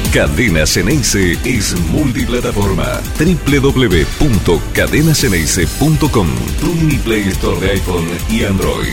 Cadena Ceneice es multiplataforma. www.cadenaceneice.com. Tu mini Play Store de iPhone y Android.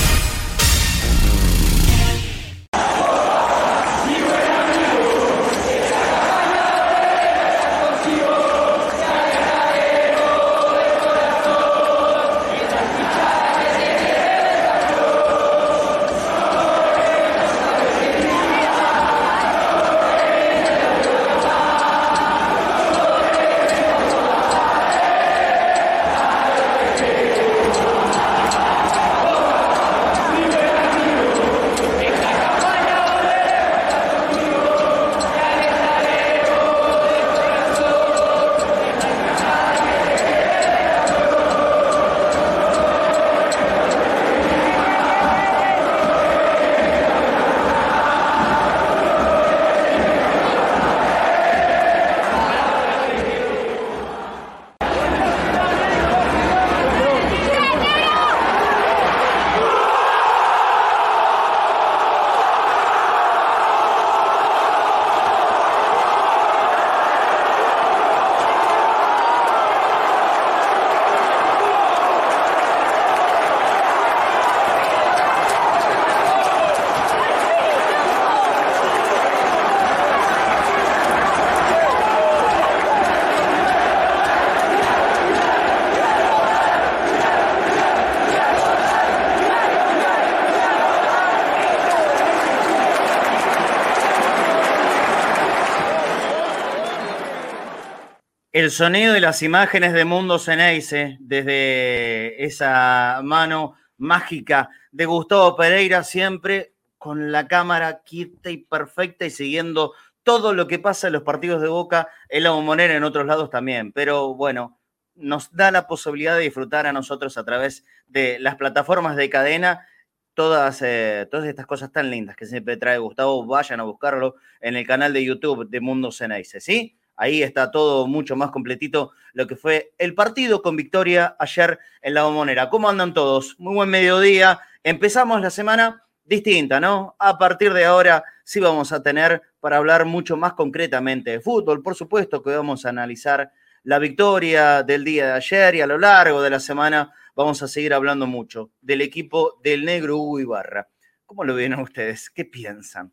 El sonido y las imágenes de Mundo Ceneice desde esa mano mágica de Gustavo Pereira, siempre con la cámara quieta y perfecta y siguiendo todo lo que pasa en los partidos de Boca, en la Bombonera, en otros lados también. Pero bueno, nos da la posibilidad de disfrutar a nosotros a través de las plataformas de cadena todas estas cosas tan lindas que siempre trae Gustavo. Vayan a buscarlo en el canal de YouTube de Mundo Ceneice, ¿sí? Ahí está todo mucho más completito lo que fue el partido con victoria ayer en la Bombonera. ¿Cómo andan todos? Muy buen mediodía. Empezamos la semana distinta, ¿no? A partir de ahora sí vamos a tener para hablar mucho más concretamente de fútbol. Por supuesto que vamos a analizar la victoria del día de ayer y a lo largo de la semana vamos a seguir hablando mucho del equipo del negro Hugo Ibarra. ¿Cómo lo ven ustedes? ¿Qué piensan?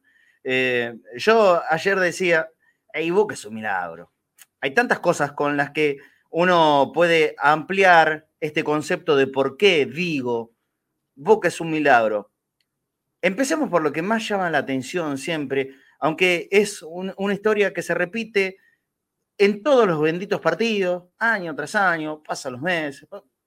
Yo ayer decía... Boca es un milagro. Hay tantas cosas con las que uno puede ampliar este concepto de por qué digo Boca es un milagro. Empecemos por lo que más llama la atención siempre, aunque es una historia que se repite en todos los benditos partidos, año tras año, pasan los meses.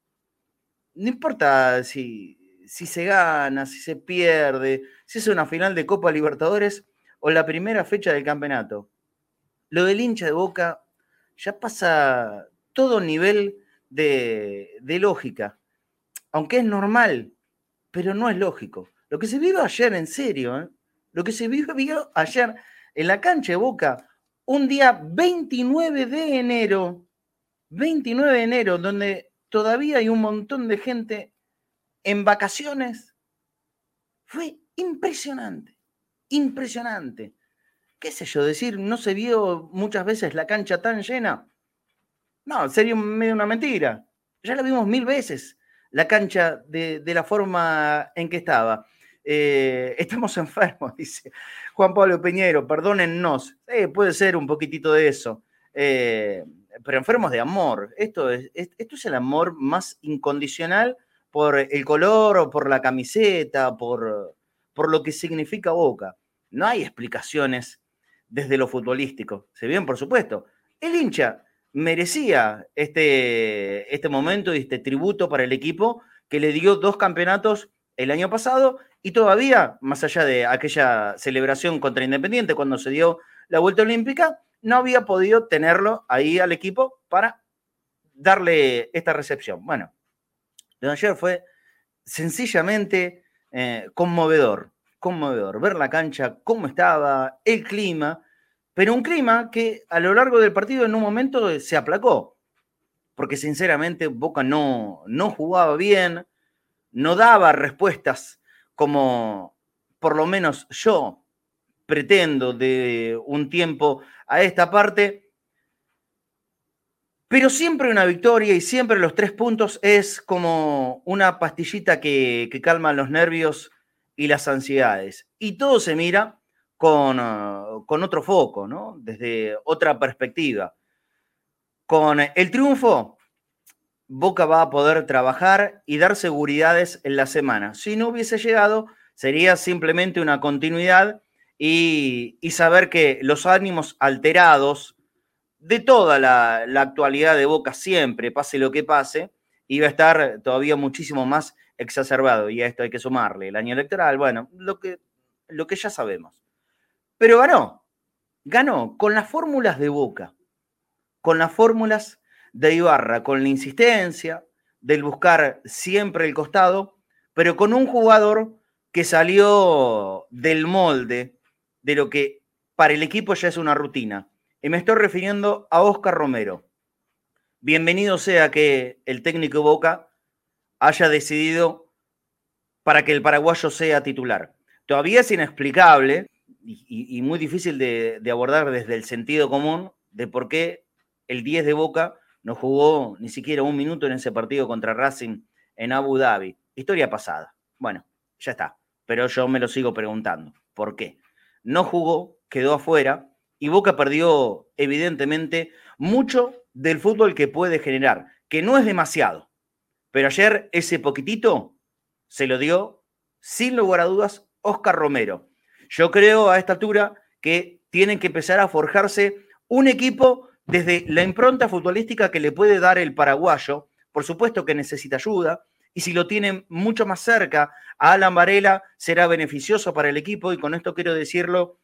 No importa si se gana, si se pierde, si es una final de Copa Libertadores o la primera fecha del campeonato. Lo del hincha de Boca ya pasa todo nivel de lógica, aunque es normal, pero no es lógico. Lo que se vivió ayer, en serio, lo que se vivió ayer en la cancha de Boca, un día 29 de enero, donde todavía hay un montón de gente en vacaciones, fue impresionante, impresionante. ¿Qué sé yo decir? ¿No se vio muchas veces la cancha tan llena? No, sería medio una mentira. Ya la vimos 1000 veces, la cancha de la forma en que estaba. Estamos enfermos, dice Juan Pablo Peñero, perdónennos. Puede ser un poquitito de eso. Pero enfermos de amor. Esto es el amor más incondicional por el color o por la camiseta, por lo que significa Boca. No hay explicaciones desde lo futbolístico. Se bien, por supuesto. El hincha merecía este momento y este tributo para el equipo que le dio 2 campeonatos el año pasado y todavía, más allá de aquella celebración contra Independiente cuando se dio la vuelta olímpica, no había podido tenerlo ahí al equipo para darle esta recepción. Bueno, lo de ayer fue sencillamente conmovedor. Ver la cancha, cómo estaba, el clima, pero un clima que a lo largo del partido en un momento se aplacó, porque sinceramente Boca no jugaba bien, no daba respuestas como por lo menos yo pretendo de un tiempo a esta parte, pero siempre una victoria y siempre los 3 puntos es como una pastillita que calma los nervios y las ansiedades. Y todo se mira con otro foco, ¿no? Desde otra perspectiva. Con el triunfo, Boca va a poder trabajar y dar seguridades en la semana. Si no hubiese llegado, sería simplemente una continuidad y saber que los ánimos alterados de toda la actualidad de Boca siempre, pase lo que pase, iba a estar todavía muchísimo más exacerbado. Y a esto hay que sumarle el año electoral, bueno, lo que ya sabemos. Pero ganó con las fórmulas de Boca, con las fórmulas de Ibarra, con la insistencia del buscar siempre el costado, pero con un jugador que salió del molde de lo que para el equipo ya es una rutina. Y me estoy refiriendo a Óscar Romero. Bienvenido sea que el técnico Boca haya decidido para que el paraguayo sea titular. Todavía es inexplicable y muy difícil de abordar desde el sentido común de por qué el 10 de Boca no jugó ni siquiera un minuto en ese partido contra Racing en Abu Dhabi. Historia pasada. Bueno, ya está. Pero yo me lo sigo preguntando. ¿Por qué? No jugó, quedó afuera y Boca perdió evidentemente mucho del fútbol que puede generar, que no es demasiado. Pero ayer ese poquitito se lo dio, sin lugar a dudas, Óscar Romero. Yo creo a esta altura que tienen que empezar a forjarse un equipo desde la impronta futbolística que le puede dar el paraguayo. Por supuesto que necesita ayuda, y si lo tienen mucho más cerca a Alan Varela, será beneficioso para el equipo, y con esto quiero decirlo,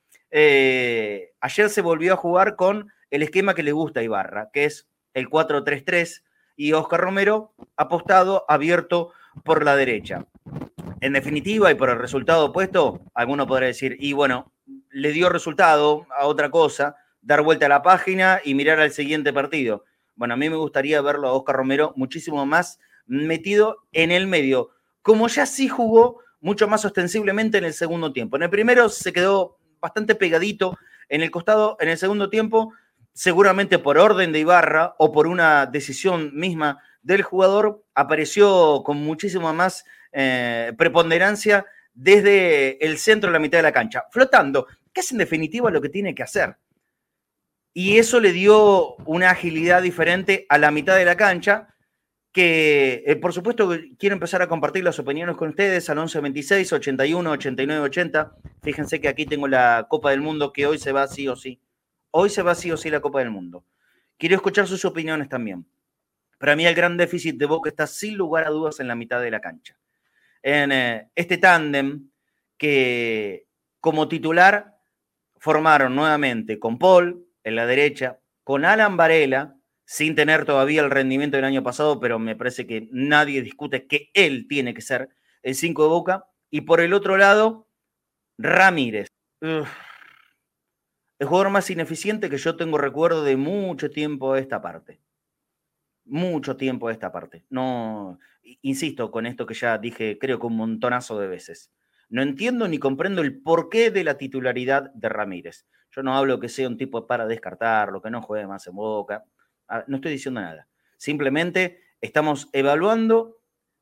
ayer se volvió a jugar con el esquema que le gusta a Ibarra, que es el 4-3-3, y Óscar Romero apostado, abierto por la derecha. En definitiva, y por el resultado opuesto, alguno podrá decir, y bueno, le dio resultado a otra cosa, dar vuelta a la página y mirar al siguiente partido. Bueno, a mí me gustaría verlo a Óscar Romero muchísimo más metido en el medio, como ya sí jugó mucho más ostensiblemente en el segundo tiempo. En el primero se quedó bastante pegadito en el costado, en el segundo tiempo, seguramente por orden de Ibarra o por una decisión misma del jugador, apareció con muchísima más preponderancia desde el centro de la mitad de la cancha, flotando, que es en definitiva lo que tiene que hacer. Y eso le dio una agilidad diferente a la mitad de la cancha, que por supuesto quiero empezar a compartir las opiniones con ustedes al 1126 81 89 80. Fíjense que aquí tengo la Copa del Mundo, que hoy se va sí o sí. Hoy se va sí o sí la Copa del Mundo. Quiero escuchar sus opiniones también. Para mí el gran déficit de Boca está sin lugar a dudas en la mitad de la cancha. En este tándem que como titular formaron nuevamente con Paul en la derecha, con Alan Varela, sin tener todavía el rendimiento del año pasado, pero me parece que nadie discute que él tiene que ser el 5 de Boca, y por el otro lado, Ramírez. El jugador más ineficiente que yo tengo recuerdo de mucho tiempo a esta parte. Mucho tiempo a esta parte. No, insisto con esto que ya dije, creo que un montonazo de veces. No entiendo ni comprendo el porqué de la titularidad de Ramírez. Yo no hablo que sea un tipo para descartarlo, que no juegue más en Boca. No estoy diciendo nada. Simplemente estamos evaluando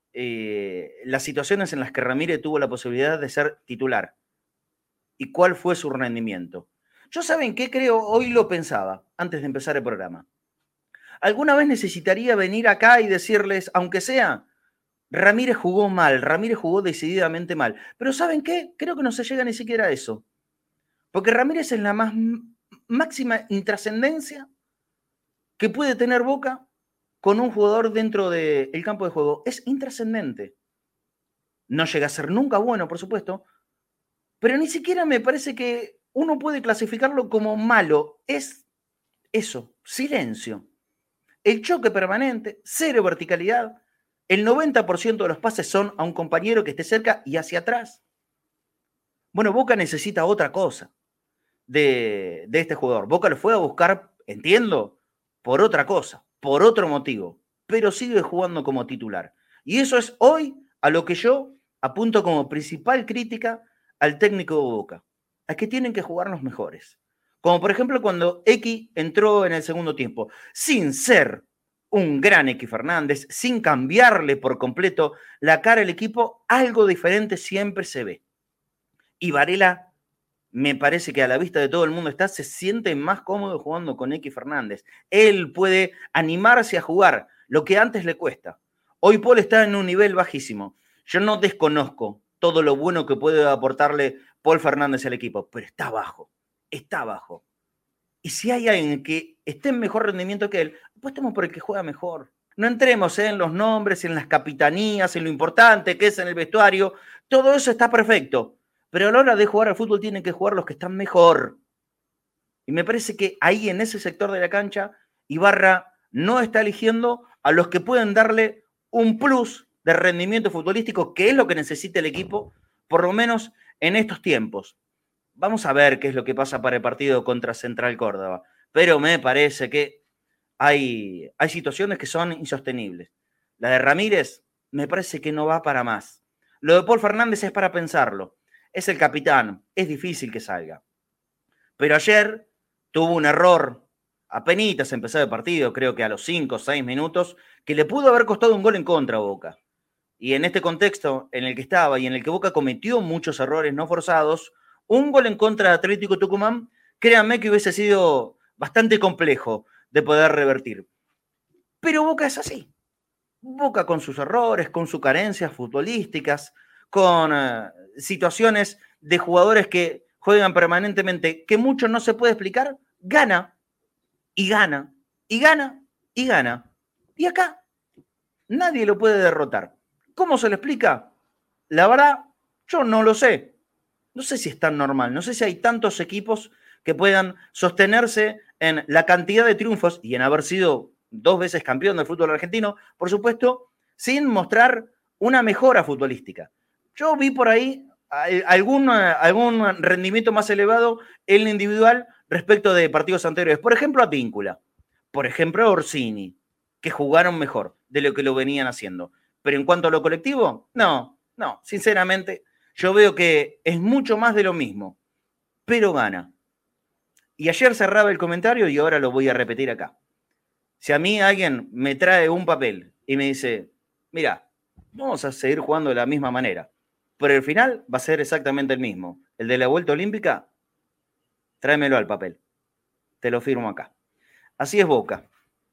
las situaciones en las que Ramírez tuvo la posibilidad de ser titular y cuál fue su rendimiento. Yo, ¿saben qué creo? Hoy lo pensaba antes de empezar el programa. ¿Alguna vez necesitaría venir acá y decirles, aunque sea, Ramírez jugó mal, Ramírez jugó decididamente mal? Pero ¿saben qué? Creo que no se llega ni siquiera a eso. Porque Ramírez es la más máxima intrascendencia que puede tener Boca con un jugador dentro del campo de juego. Es intrascendente. No llega a ser nunca bueno, por supuesto, pero ni siquiera me parece que uno puede clasificarlo como malo. Es eso, silencio. El choque permanente, cero verticalidad. El 90% de los pases son a un compañero que esté cerca y hacia atrás. Bueno, Boca necesita otra cosa de este jugador. Boca lo fue a buscar, entiendo, por otra cosa, por otro motivo, pero sigue jugando como titular. Y eso es hoy a lo que yo apunto como principal crítica al técnico de Boca. a que tienen que jugar los mejores. Como por ejemplo cuando X entró en el segundo tiempo, sin ser un gran X Fernández, sin cambiarle por completo la cara al equipo, algo diferente siempre se ve. Y Varela, me parece que a la vista de todo el mundo se siente más cómodo jugando con X Fernández. Él puede animarse a jugar, lo que antes le cuesta. Hoy Paul está en un nivel bajísimo. Yo no desconozco todo lo bueno que puede aportarle Paul Fernández al equipo, pero está bajo, está bajo. Y si hay alguien que esté en mejor rendimiento que él, apostemos por el que juega mejor. No entremos en los nombres, en las capitanías, en lo importante que es en el vestuario. Todo eso está perfecto. Pero a la hora de jugar al fútbol tienen que jugar los que están mejor. Y me parece que ahí en ese sector de la cancha, Ibarra no está eligiendo a los que pueden darle un plus de rendimiento futbolístico, que es lo que necesita el equipo, por lo menos en estos tiempos. Vamos a ver qué es lo que pasa para el partido contra Central Córdoba. Pero me parece que hay situaciones que son insostenibles. La de Ramírez me parece que no va para más. Lo de Paul Fernández es para pensarlo. Es el capitán, es difícil que salga. Pero ayer tuvo un error, apenitas empezó el partido, creo que a los 5 o 6 minutos, que le pudo haber costado un gol en contra a Boca. Y en este contexto en el que estaba y en el que Boca cometió muchos errores no forzados, un gol en contra de Atlético Tucumán, créanme que hubiese sido bastante complejo de poder revertir. Pero Boca es así. Boca con sus errores, con sus carencias futbolísticas, con situaciones de jugadores que juegan permanentemente, que mucho no se puede explicar, gana, y gana, y gana, y gana. Y acá nadie lo puede derrotar. ¿Cómo se lo explica? La verdad, yo no lo sé. No sé si es tan normal, no sé si hay tantos equipos que puedan sostenerse en la cantidad de triunfos y en haber sido 2 veces campeón del fútbol argentino, por supuesto, sin mostrar una mejora futbolística. Yo vi por ahí algún rendimiento más elevado en lo individual respecto de partidos anteriores. Por ejemplo, a Víncula. Por ejemplo, a Orsini, que jugaron mejor de lo que lo venían haciendo. Pero en cuanto a lo colectivo, no, sinceramente, yo veo que es mucho más de lo mismo, pero gana. Y ayer cerraba el comentario y ahora lo voy a repetir acá. Si a mí alguien me trae un papel y me dice, mira, vamos a seguir jugando de la misma manera, pero el final va a ser exactamente el mismo. El de la vuelta olímpica, tráemelo al papel. Te lo firmo acá. Así es Boca.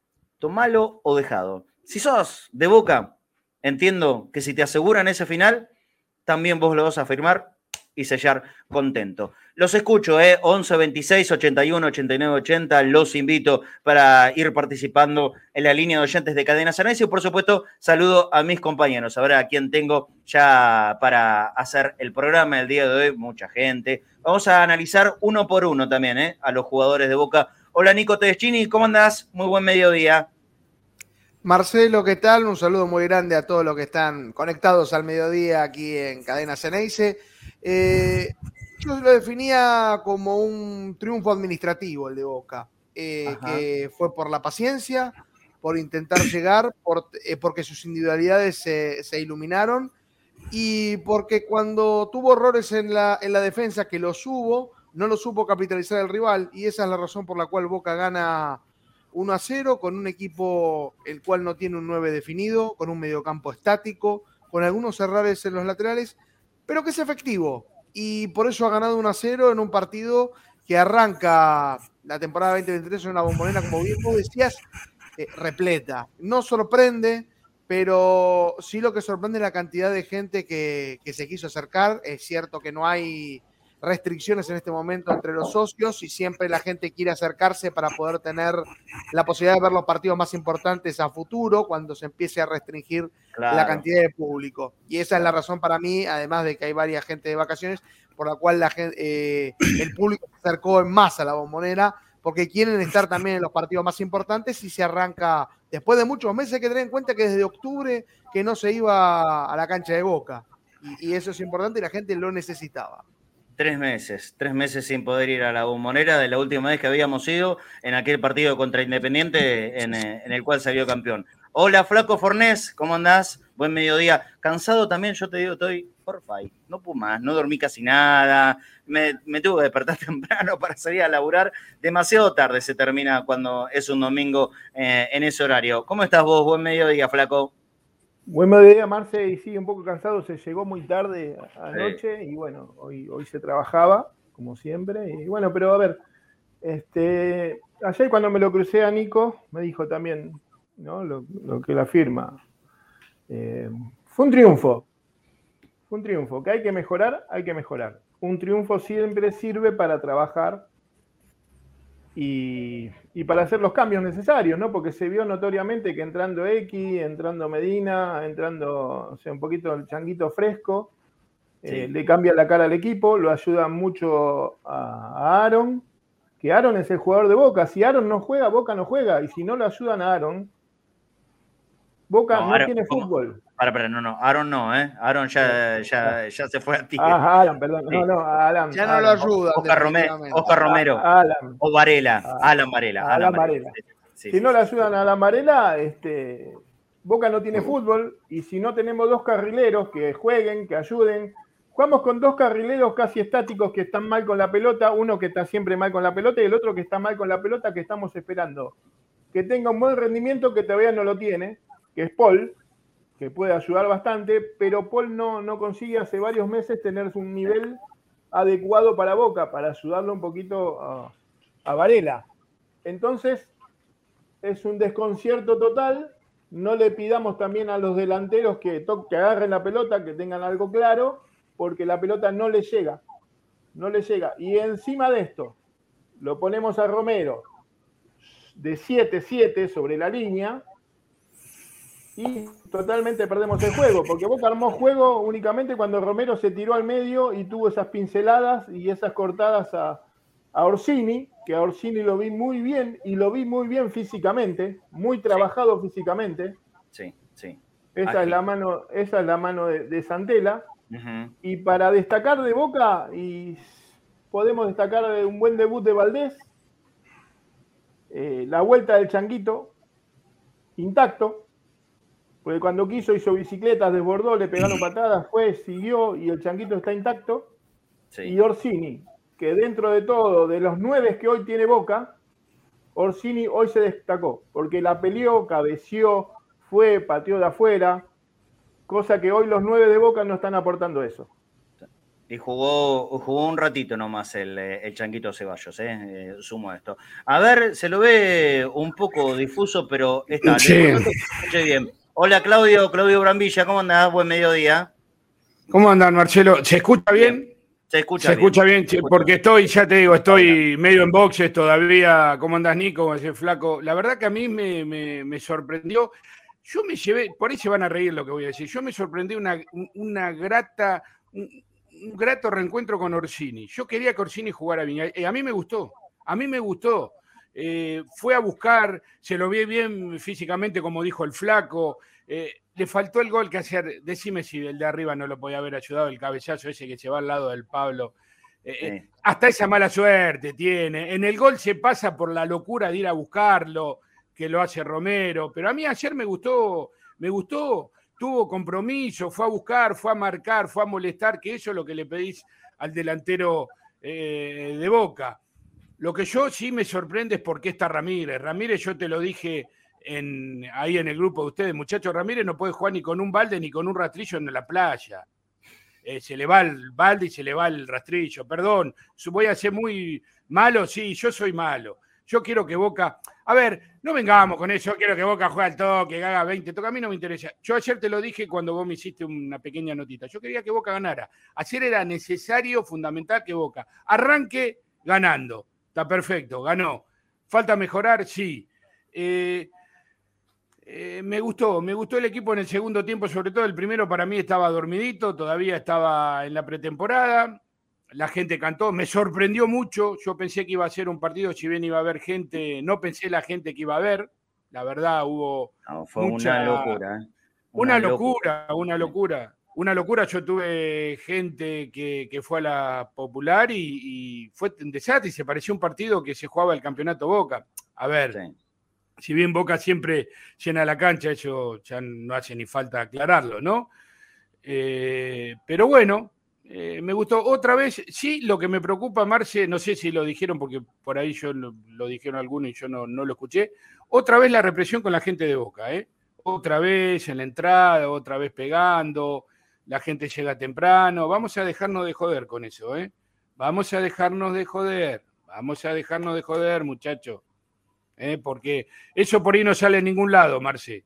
Tomalo o dejado. Si sos de Boca, entiendo que si te aseguran ese final, también vos lo vas a firmar y sellar contento. Los escucho, 11 26 81 89 80. Los invito para ir participando en la línea de oyentes de Cadena Ceneice. Y por supuesto, saludo a mis compañeros. A ver a quién tengo ya para hacer el programa el día de hoy. Mucha gente. Vamos a analizar uno por uno también, a los jugadores de Boca. Hola, Nico Tedeschini, ¿cómo andás? Muy buen mediodía. Marcelo, ¿qué tal? Un saludo muy grande a todos los que están conectados al mediodía aquí en Cadena Ceneice. Yo lo definía como un triunfo administrativo el de Boca, que fue por la paciencia, por intentar llegar, porque sus individualidades se iluminaron y porque cuando tuvo errores en la defensa, que los hubo, no lo supo capitalizar el rival, y esa es la razón por la cual Boca gana 1-0 con un equipo el cual no tiene un 9 definido, con un mediocampo estático, con algunos errores en los laterales, pero que es efectivo. Y por eso ha ganado 1-0 en un partido que arranca la temporada 2023 en una Bombonera, como bien vos decías, repleta. No sorprende, pero sí lo que sorprende es la cantidad de gente que se quiso acercar. Es cierto que no hay restricciones en este momento entre los socios y siempre la gente quiere acercarse para poder tener la posibilidad de ver los partidos más importantes a futuro cuando se empiece a restringir la cantidad de público. Y esa es la razón para mí, además de que hay varias gente de vacaciones, por la cual el público se acercó en masa a la Bombonera, porque quieren estar también en los partidos más importantes y se arranca después de muchos meses. Hay que tener en cuenta que desde octubre que no se iba a la cancha de Boca. Y eso es importante y la gente lo necesitaba. 3 meses sin poder ir a la Bombonera de la última vez que habíamos ido en aquel partido contra Independiente en el cual salió campeón. Hola, Flaco Fornés, ¿cómo andás? Buen mediodía. Cansado también, yo te digo, estoy porfa, y no puedo más, no dormí casi nada, me tuve que despertar temprano para salir a laburar, demasiado tarde se termina cuando es un domingo en ese horario. ¿Cómo estás vos? Buen mediodía, flaco. Buen mediodía, Marce, y sí, un poco cansado, se llegó muy tarde anoche, y bueno, hoy se trabajaba, como siempre, y bueno, pero a ver, ayer cuando me lo crucé a Nico, me dijo también, ¿no? Lo que la firma. Fue un triunfo, que hay que mejorar. Un triunfo siempre sirve para trabajar y para hacer los cambios necesarios, ¿no? Porque se vio notoriamente que entrando X, entrando Medina, entrando, un poquito el Changuito Fresco, sí, le cambia la cara al equipo, lo ayuda mucho a Aaron, que Aaron es el jugador de Boca. Si Aaron no juega, Boca no juega, y si no lo ayudan a Aaron, Boca no tiene fútbol. No, Aaron no, ¿eh? Aaron ya se fue a Tigre. Alan, perdón. Sí. No, Alan. Ya no lo ayuda. Oscar Romero. Alan. O Varela. Alan Varela. Alan Varela. Si no le ayudan a Alan Varela, Boca no tiene fútbol, y si no tenemos dos carrileros que jueguen, que ayuden. Jugamos con dos carrileros casi estáticos que están mal con la pelota, uno que está siempre mal con la pelota y el otro que está mal con la pelota, que estamos esperando que tenga un buen rendimiento, que todavía no lo tiene, que es Paul, que puede ayudar bastante, pero Paul no consigue hace varios meses tener un nivel adecuado para Boca, para ayudarlo un poquito a Varela. Entonces, es un desconcierto total. No le pidamos también a los delanteros que agarren la pelota, que tengan algo claro, porque la pelota no le llega. Y encima de esto, lo ponemos a Romero de 7-7 sobre la línea, y totalmente perdemos el juego, porque Boca armó juego únicamente cuando Romero se tiró al medio y tuvo esas pinceladas y esas cortadas a Orsini, que a Orsini lo vi muy bien, y lo vi muy bien físicamente, muy trabajado físicamente. Sí. Esa es la mano de Santela. Uh-huh. Y para destacar de Boca, y podemos destacar de un buen debut de Valdés, la vuelta del Changuito, intacto. Porque cuando quiso hizo bicicletas, desbordó, le pegaron patadas, siguió, y el Changuito está intacto. Sí. Y Orsini, que dentro de todo, de los 9 que hoy tiene Boca, Orsini hoy se destacó, porque la peleó, cabeció, pateó de afuera, cosa que hoy los 9 de Boca no están aportando eso. Y jugó un ratito nomás el Changuito Ceballos, sumo esto. A ver, se lo ve un poco difuso, pero está. Sí. Bien. Hola, Claudio Brambilla, ¿cómo andás? Buen mediodía. ¿Cómo andan, Marcelo? ¿Se escucha bien? Se escucha bien, porque estoy medio en boxes todavía. ¿Cómo andás, Nico? ¿Cómo andás, flaco? La verdad que a mí me sorprendió. Yo me llevé, por ahí se van a reír lo que voy a decir, yo me sorprendí un grato reencuentro con Orsini. Yo quería que Orsini jugara bien. A mí me gustó. Fue a buscar, se lo vi bien físicamente, como dijo el flaco. Le faltó el gol que hacer. Decime si el de arriba no lo podía haber ayudado, el cabezazo ese que se va al lado del Pablo. Hasta esa mala suerte tiene. En el gol se pasa por la locura de ir a buscarlo, que lo hace Romero. Pero a mí ayer me gustó. Tuvo compromiso, fue a buscar, fue a marcar, fue a molestar, que eso es lo que le pedís al delantero de Boca. Lo que yo sí me sorprende es por qué está Ramírez. Ramírez, yo te lo dije ahí en el grupo de ustedes, muchachos, Ramírez no puede jugar ni con un balde ni con un rastrillo en la playa. Se le va el balde y se le va el rastrillo. Perdón, voy a ser muy malo, sí, yo soy malo. Yo quiero que Boca... A ver, no vengamos con eso, yo quiero que Boca juegue al toque, que haga 20 toques, a mí no me interesa. Yo ayer te lo dije cuando vos me hiciste una pequeña notita. Yo quería que Boca ganara. Ayer era necesario, fundamental que Boca arranque ganando. Está perfecto, ganó. ¿Falta mejorar? Sí. Me gustó el equipo en el segundo tiempo, sobre todo el primero para mí estaba dormidito, todavía estaba en la pretemporada. La gente cantó, me sorprendió mucho. Yo pensé que iba a ser un partido, si bien iba a haber gente, no pensé la gente que iba a haber. La verdad, fue una locura. Una locura. Yo tuve gente que fue a la Popular y fue un desastre y se pareció un partido que se jugaba el campeonato Boca. A ver, sí. Si bien Boca siempre llena la cancha, eso ya no hace ni falta aclararlo, ¿no? Pero bueno, me gustó. Otra vez, sí, lo que me preocupa, Marce, no sé si lo dijeron, porque por ahí lo dijeron algunos y yo no lo escuché, otra vez la represión con la gente de Boca, ¿eh? Otra vez en la entrada, otra vez pegando, la gente llega temprano, vamos a dejarnos de joder con eso, ¿eh? Vamos a dejarnos de joder, muchachos, porque eso por ahí no sale en ningún lado, Marce.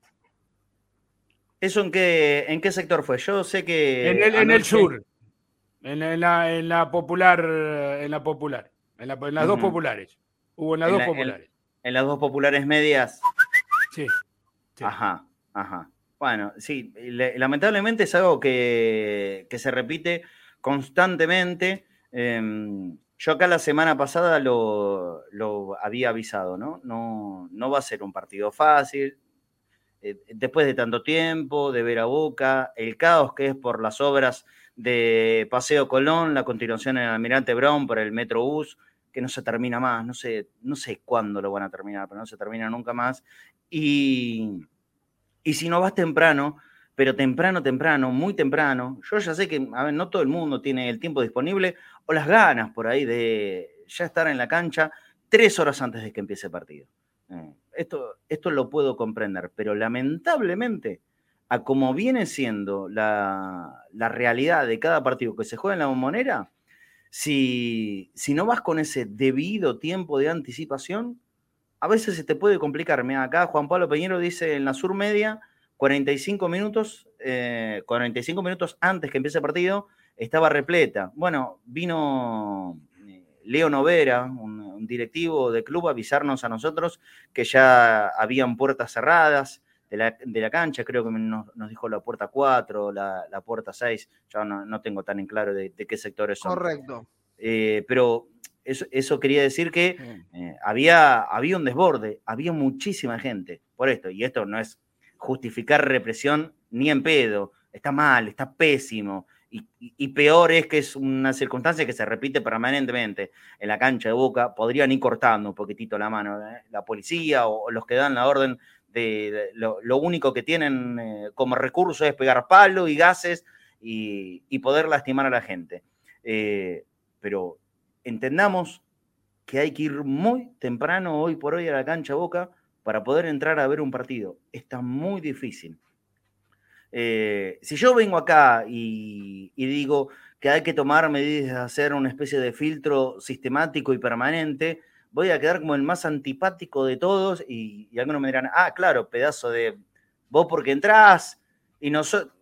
¿Eso en qué sector fue? Yo sé que... En el sur, en la popular, en las dos populares. Hubo en las dos populares. En las dos populares medias. Sí. Ajá. Bueno, sí, lamentablemente es algo que se repite constantemente. Yo acá la semana pasada lo había avisado, ¿no? No va a ser un partido fácil. Después de tanto tiempo, de ver a Boca, el caos que es por las obras de Paseo Colón, la continuación en Almirante Brown por el Metrobús, que no se termina más, no sé cuándo lo van a terminar, pero no se termina nunca más. Y si no vas temprano, pero temprano, muy temprano, yo ya sé que, a ver, no todo el mundo tiene el tiempo disponible o las ganas por ahí de ya estar en la cancha 3 horas antes de que empiece el partido. Esto lo puedo comprender, pero lamentablemente, a como viene siendo la realidad de cada partido que se juega en la Bombonera, si no vas con ese debido tiempo de anticipación, a veces se te puede complicar. Mira, acá Juan Pablo Peñero dice en la Sur Media, 45 minutos antes que empiece el partido, estaba repleta. Bueno, vino Leo Novera, un directivo de club, a avisarnos a nosotros que ya habían puertas cerradas de la cancha, creo que nos dijo la puerta 4, la puerta 6, yo no tengo tan en claro de qué sectores son. Correcto. Pero eso quería decir que había un desborde, había muchísima gente por esto, y esto no es justificar represión ni en pedo, está mal, está pésimo, y peor es que es una circunstancia que se repite permanentemente en la cancha de Boca. Podrían ir cortando un poquitito la mano, la policía o los que dan la orden de lo único que tienen como recurso es pegar palo y gases y poder lastimar a la gente. Pero entendamos que hay que ir muy temprano hoy por hoy a la cancha Boca para poder entrar a ver un partido. Está muy difícil. Si yo vengo acá y digo que hay que tomar medidas de hacer una especie de filtro sistemático y permanente, voy a quedar como el más antipático de todos y algunos me dirán, claro, pedazo de vos porque entrás y nosotros...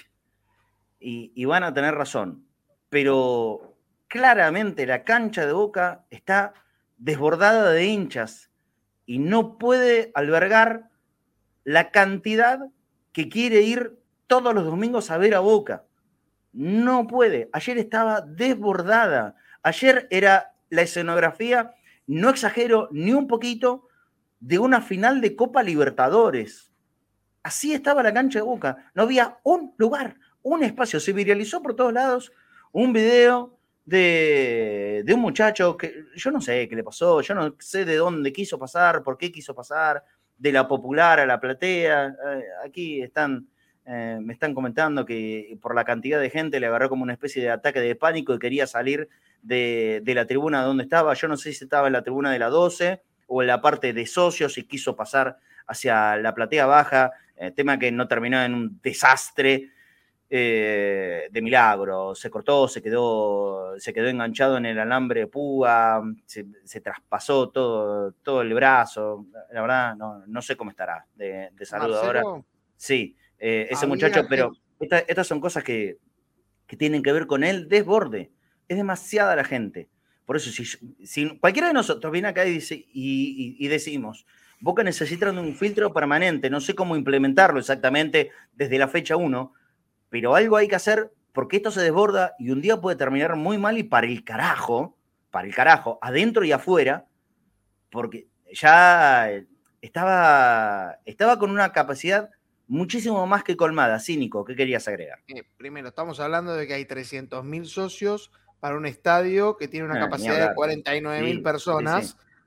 Y van a tener razón. Pero claramente la cancha de Boca está desbordada de hinchas y no puede albergar la cantidad que quiere ir todos los domingos a ver a Boca. No puede. Ayer estaba desbordada. Ayer era la escenografía, no exagero ni un poquito, de una final de Copa Libertadores. Así estaba la cancha de Boca. No había un lugar, un espacio. Se viralizó por todos lados un video de un muchacho que yo no sé qué le pasó, yo no sé de dónde quiso pasar, por qué quiso pasar, de la Popular a la Platea. Aquí me están comentando que por la cantidad de gente le agarró como una especie de ataque de pánico y quería salir de la tribuna donde estaba. Yo no sé si estaba en la tribuna de la 12 o en la parte de socios y quiso pasar hacia la platea baja, tema que no terminó en un desastre de milagro. Se cortó, se quedó enganchado en el alambre de púa, se traspasó todo el brazo. La verdad, no sé cómo estará de salud ahora. Sí, ese muchacho, pero estas son cosas que tienen que ver con el desborde. Es demasiada la gente. Por eso, si cualquiera de nosotros viene acá y dice, y decimos, Boca necesita un filtro permanente, no sé cómo implementarlo exactamente desde la fecha 1, pero algo hay que hacer porque esto se desborda y un día puede terminar muy mal y para el carajo, adentro y afuera, porque ya estaba con una capacidad muchísimo más que colmada. Cínico, ¿qué querías agregar? Primero, estamos hablando de que hay 300.000 socios para un estadio que tiene una capacidad de 49.000 personas. Sí.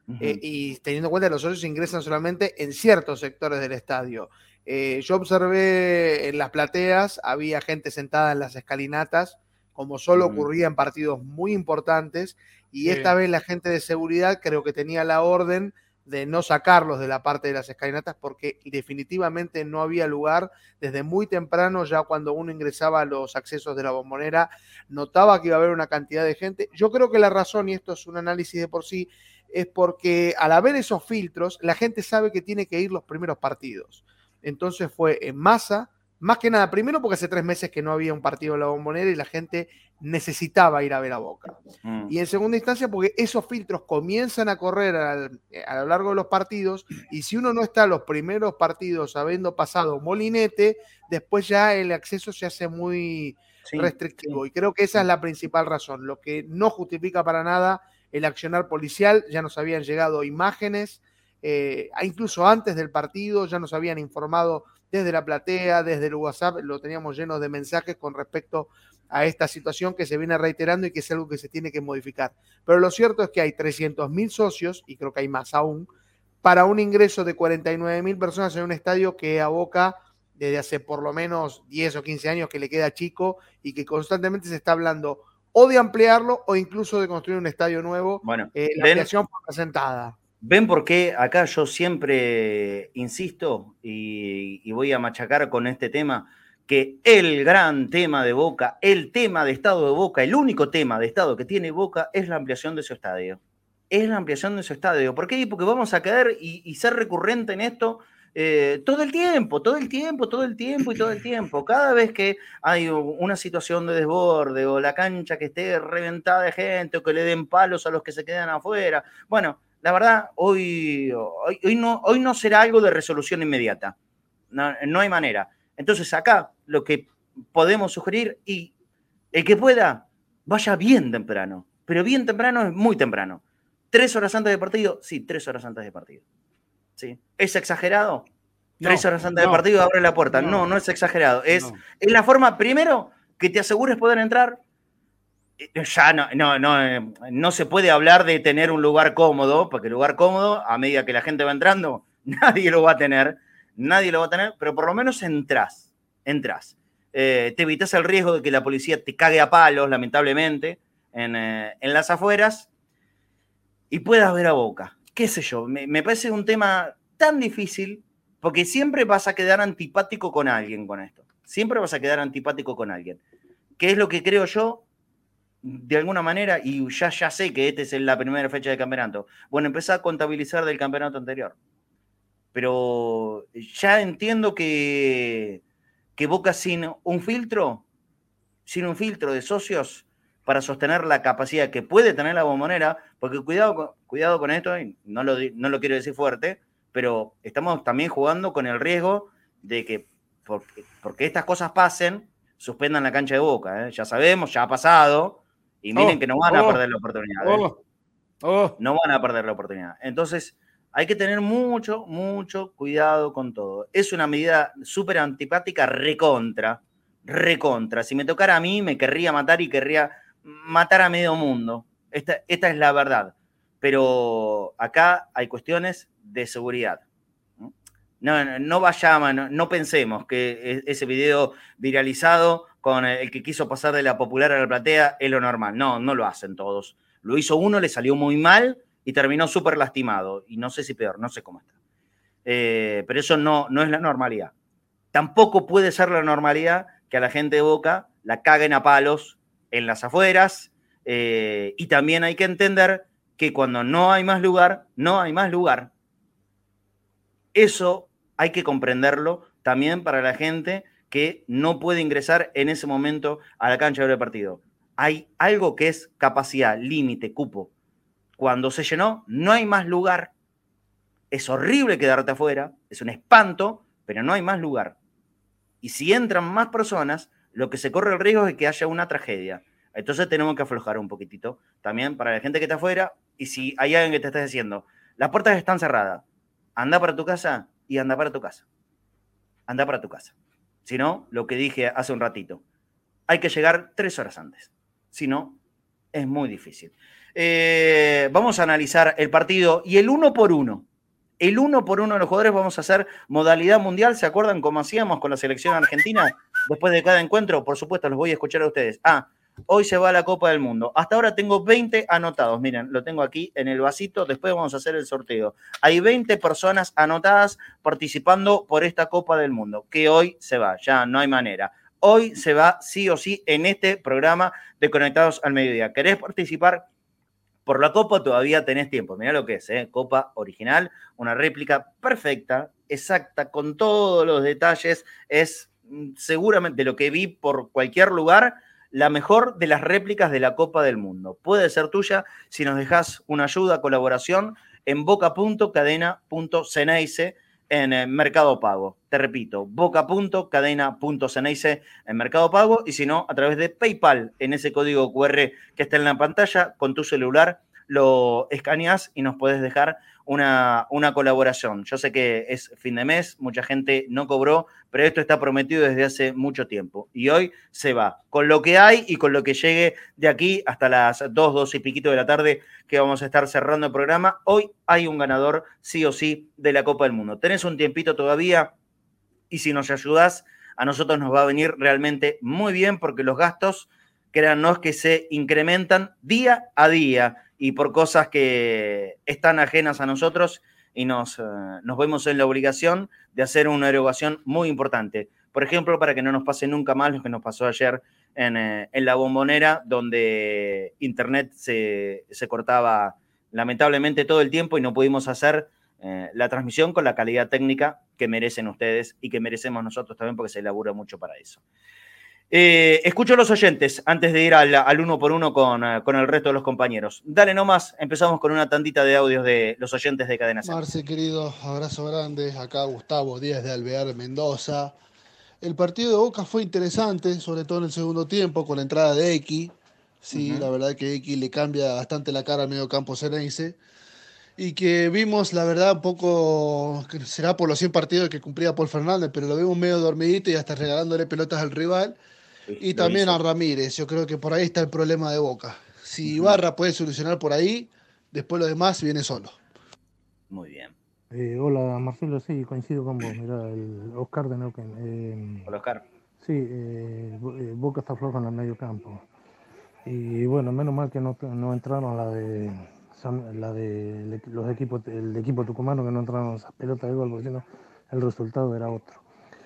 y teniendo en cuenta que los socios ingresan solamente en ciertos sectores del estadio. Yo observé en las plateas, había gente sentada en las escalinatas, como solo ocurría en partidos muy importantes, y esta vez la gente de seguridad creo que tenía la orden de no sacarlos de la parte de las escalinatas porque definitivamente no había lugar. Desde muy temprano, ya cuando uno ingresaba a los accesos de la Bombonera, notaba que iba a haber una cantidad de gente. Yo creo que la razón, y esto es un análisis de por sí, es porque al haber esos filtros, la gente sabe que tiene que ir los primeros partidos. Entonces fue en masa, más que nada, primero porque hace 3 meses que no había un partido en la Bombonera y la gente necesitaba ir a ver a Boca. Y en segunda instancia porque esos filtros comienzan a correr a lo largo de los partidos, y si uno no está en los primeros partidos habiendo pasado molinete, después ya el acceso se hace muy restrictivo. Y creo que esa es la principal razón, lo que no justifica para nada el accionar policial. Ya nos habían llegado imágenes, incluso antes del partido, ya nos habían informado desde la platea, desde el WhatsApp, lo teníamos lleno de mensajes con respecto a esta situación que se viene reiterando y que es algo que se tiene que modificar. Pero lo cierto es que hay 300.000 socios, y creo que hay más aún, para un ingreso de 49.000 personas en un estadio que a Boca, desde hace por lo menos 10 o 15 años que le queda chico, y que constantemente se está hablando o de ampliarlo o incluso de construir un estadio nuevo. Bueno, la ampliación fue presentada. ¿Ven por qué acá yo siempre insisto y voy a machacar con este tema? Que el gran tema de Boca, el tema de estado de Boca, el único tema de estado que tiene Boca es la ampliación de su estadio. Es la ampliación de su estadio. ¿Por qué? Porque vamos a caer y ser recurrente en esto todo el tiempo. Cada vez que hay una situación de desborde o la cancha que esté reventada de gente o que le den palos a los que se quedan afuera. Bueno, la verdad, hoy no será algo de resolución inmediata. No hay manera. Entonces acá lo que podemos sugerir, y el que pueda, vaya bien temprano. Pero bien temprano es muy temprano. 3 horas antes del partido, sí, 3 horas antes del partido. ¿Sí? ¿Es exagerado? 3 horas antes del partido abre la puerta. No es exagerado. Es la forma, primero, que te asegures poder entrar. Ya no se puede hablar de tener un lugar cómodo, porque el lugar cómodo, a medida que la gente va entrando, nadie lo va a tener, pero por lo menos entrás. Te evitas el riesgo de que la policía te cague a palos, lamentablemente, en las afueras, y puedas ver a Boca. Qué sé yo, me parece un tema tan difícil, porque siempre vas a quedar antipático con alguien con esto. ¿Qué es lo que creo yo? De alguna manera, y ya sé que esta es la primera fecha de campeonato. Bueno, empecé a contabilizar del campeonato anterior. Pero ya entiendo que Boca sin un filtro de socios para sostener la capacidad que puede tener la Bombonera, porque cuidado con esto, y no lo quiero decir fuerte, pero estamos también jugando con el riesgo de que, porque estas cosas pasen, suspendan la cancha de Boca. Ya sabemos, ya ha pasado, y miren que no van a perder la oportunidad. No van a perder la oportunidad. Entonces, hay que tener mucho cuidado con todo. Es una medida súper antipática, recontra. Si me tocara a mí, me querría matar y querría matar a medio mundo. Esta es la verdad. Pero acá hay cuestiones de seguridad. No pensemos que ese video viralizado con el que quiso pasar de la popular a la platea es lo normal. No lo hacen todos. Lo hizo uno, le salió muy mal y terminó súper lastimado. Y no sé si peor, no sé cómo está. Pero eso no es la normalidad. Tampoco puede ser la normalidad que a la gente de Boca la caguen a palos en las afueras. Y también hay que entender que cuando no hay más lugar, no hay más lugar. Eso hay que comprenderlo también para la gente que no puede ingresar en ese momento a la cancha del partido. Hay algo que es capacidad, límite, cupo. Cuando se llenó, no hay más lugar. Es horrible quedarte afuera, es un espanto, pero no hay más lugar. Y si entran más personas, lo que se corre el riesgo es que haya una tragedia. Entonces tenemos que aflojar un poquitito también para la gente que está afuera. Y si hay alguien que te está diciendo, las puertas están cerradas, anda para tu casa y anda para tu casa. Anda para tu casa. Si no, lo que dije hace un ratito, hay que llegar 3 horas antes. Si no, es muy difícil. Vamos a analizar el partido y el 1 por 1. El 1 por 1 de los jugadores vamos a hacer modalidad mundial. ¿Se acuerdan cómo hacíamos con la selección argentina? Después de cada encuentro, por supuesto, los voy a escuchar a ustedes. Hoy se va a la Copa del Mundo. Hasta ahora tengo 20 anotados. Miren, lo tengo aquí en el vasito. Después vamos a hacer el sorteo. Hay 20 personas anotadas participando por esta Copa del Mundo, que hoy se va. Ya no hay manera. Hoy se va sí o sí en este programa de Conectados al Mediodía. ¿Querés participar por la Copa? Todavía tenés tiempo. Mirá lo que es, Copa original, una réplica perfecta, exacta, con todos los detalles. Es seguramente lo que vi por cualquier lugar, la mejor de las réplicas de la Copa del Mundo. Puede ser tuya si nos dejás una ayuda, colaboración en boca.cadena.ceneice en Mercado Pago. Te repito, boca.cadena.ceneice en Mercado Pago, y si no, a través de PayPal, en ese código QR que está en la pantalla, con tu celular lo escaneás y nos podés dejar una colaboración. Yo sé que es fin de mes, mucha gente no cobró, pero esto está prometido desde hace mucho tiempo. Y hoy se va, con lo que hay y con lo que llegue de aquí hasta las 2 y piquito de la tarde, que vamos a estar cerrando el programa. Hoy hay un ganador, sí o sí, de la Copa del Mundo. Tenés un tiempito todavía, y si nos ayudás, a nosotros nos va a venir realmente muy bien, porque los gastos, créannos, que se incrementan día a día, y por cosas que están ajenas a nosotros, y nos vemos en la obligación de hacer una erogación muy importante. Por ejemplo, para que no nos pase nunca más lo que nos pasó ayer en la Bombonera, donde internet se cortaba lamentablemente todo el tiempo y no pudimos hacer la transmisión con la calidad técnica que merecen ustedes y que merecemos nosotros también, porque se elabora mucho para eso. Escucho a los oyentes antes de ir al 1 por 1 con el resto de los compañeros. Dale nomás, empezamos con una tandita de audios de los oyentes de Cadena Ser. Marce, querido, abrazo grande. Acá Gustavo Díaz de Alvear, Mendoza. El partido de Boca fue interesante, sobre todo en el segundo tiempo, con la entrada de X. Sí, La verdad que X le cambia bastante la cara al medio campo ceneice. Y que vimos, la verdad, un poco, que será por los 100 partidos que cumplía Paul Fernández, pero lo vimos medio dormidito y hasta regalándole pelotas al rival. Y también a Ramírez. Yo creo que por ahí está el problema de Boca. Si Ibarra puede solucionar por ahí, después lo demás viene solo. Muy bien. Hola Marcelo, sí, coincido con vos. Mirá, el Oscar de Neuquén. Hola Oscar. Sí, Boca está flojo en el medio campo. Y bueno, menos mal que no entraron el equipo tucumano, que no entraron esas pelotas de gol, porque si no el resultado era otro.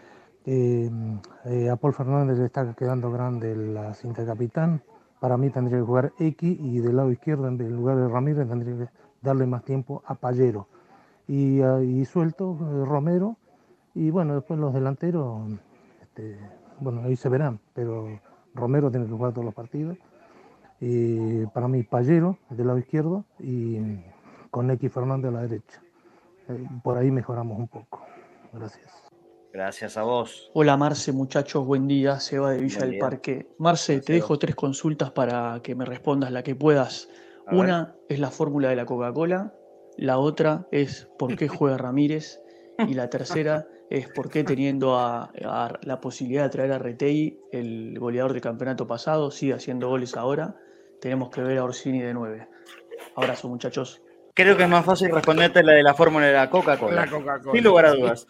A Paul Fernández le está quedando grande la cinta de capitán. Para mí tendría que jugar X, y del lado izquierdo, en lugar de Ramírez, tendría que darle más tiempo a Pallero. Y suelto Romero. Y bueno, después los delanteros, bueno, ahí se verán, pero Romero tiene que jugar todos los partidos. Para mí Pallero del lado izquierdo, y con X Fernández a la derecha. Por ahí mejoramos un poco. Gracias. Gracias a vos. Hola Marce, muchachos, buen día. Seba de Villa del Parque. Marce, te dejo 3 consultas para que me respondas la que puedas. Una es la fórmula de la Coca-Cola, la otra es por qué juega Ramírez, y la tercera es por qué, teniendo a la posibilidad de traer a Retegui, el goleador del campeonato pasado, sigue haciendo goles ahora, tenemos que ver a Orsini de 9. Abrazo, muchachos. Creo que es más fácil responderte la de la fórmula de la Coca-Cola. Sin lugar a dudas.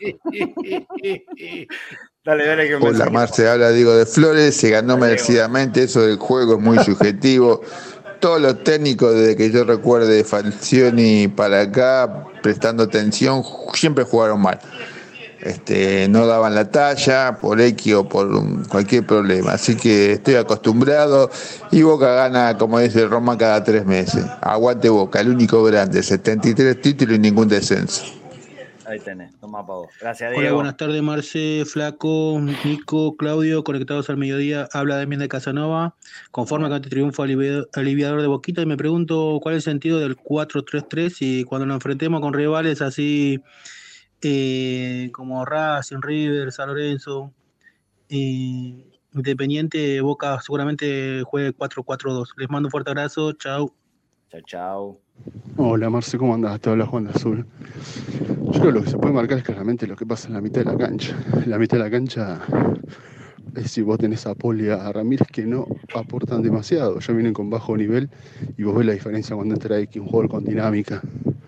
Dale. Que hola, Marce, habla Diego de Flores. Se ganó merecidamente. Eso del juego es muy subjetivo. Todos los técnicos, desde que yo recuerde, Falcioni para acá, prestando atención, siempre jugaron mal. No daban la talla por X o por cualquier problema, así que estoy acostumbrado, y Boca gana, como dice Roma, cada 3 meses. Aguante Boca, el único grande, 73 títulos y ningún descenso. Ahí tenés, toma para vos. Gracias, Diego. Hola, buenas tardes, Marce, Flaco, Nico, Claudio, conectados al mediodía. Habla Demian de Casanova, conforme con este triunfo aliviador de Boquita, y me pregunto cuál es el sentido del 4-3-3, y cuando nos enfrentemos con rivales así como Racing, River, San Lorenzo, Independiente, Boca seguramente juegue 4-4-2. Les mando un fuerte abrazo, chau. Chau. Hola Marce, ¿cómo andás? Te habla Juan de Azul. Yo creo que lo que se puede marcar es claramente lo que pasa en la mitad de la cancha. En la mitad de la cancha es si vos tenés a Paul y a Ramírez que no aportan demasiado, ya vienen con bajo nivel y vos ves la diferencia cuando entra X, un jugador con dinámica.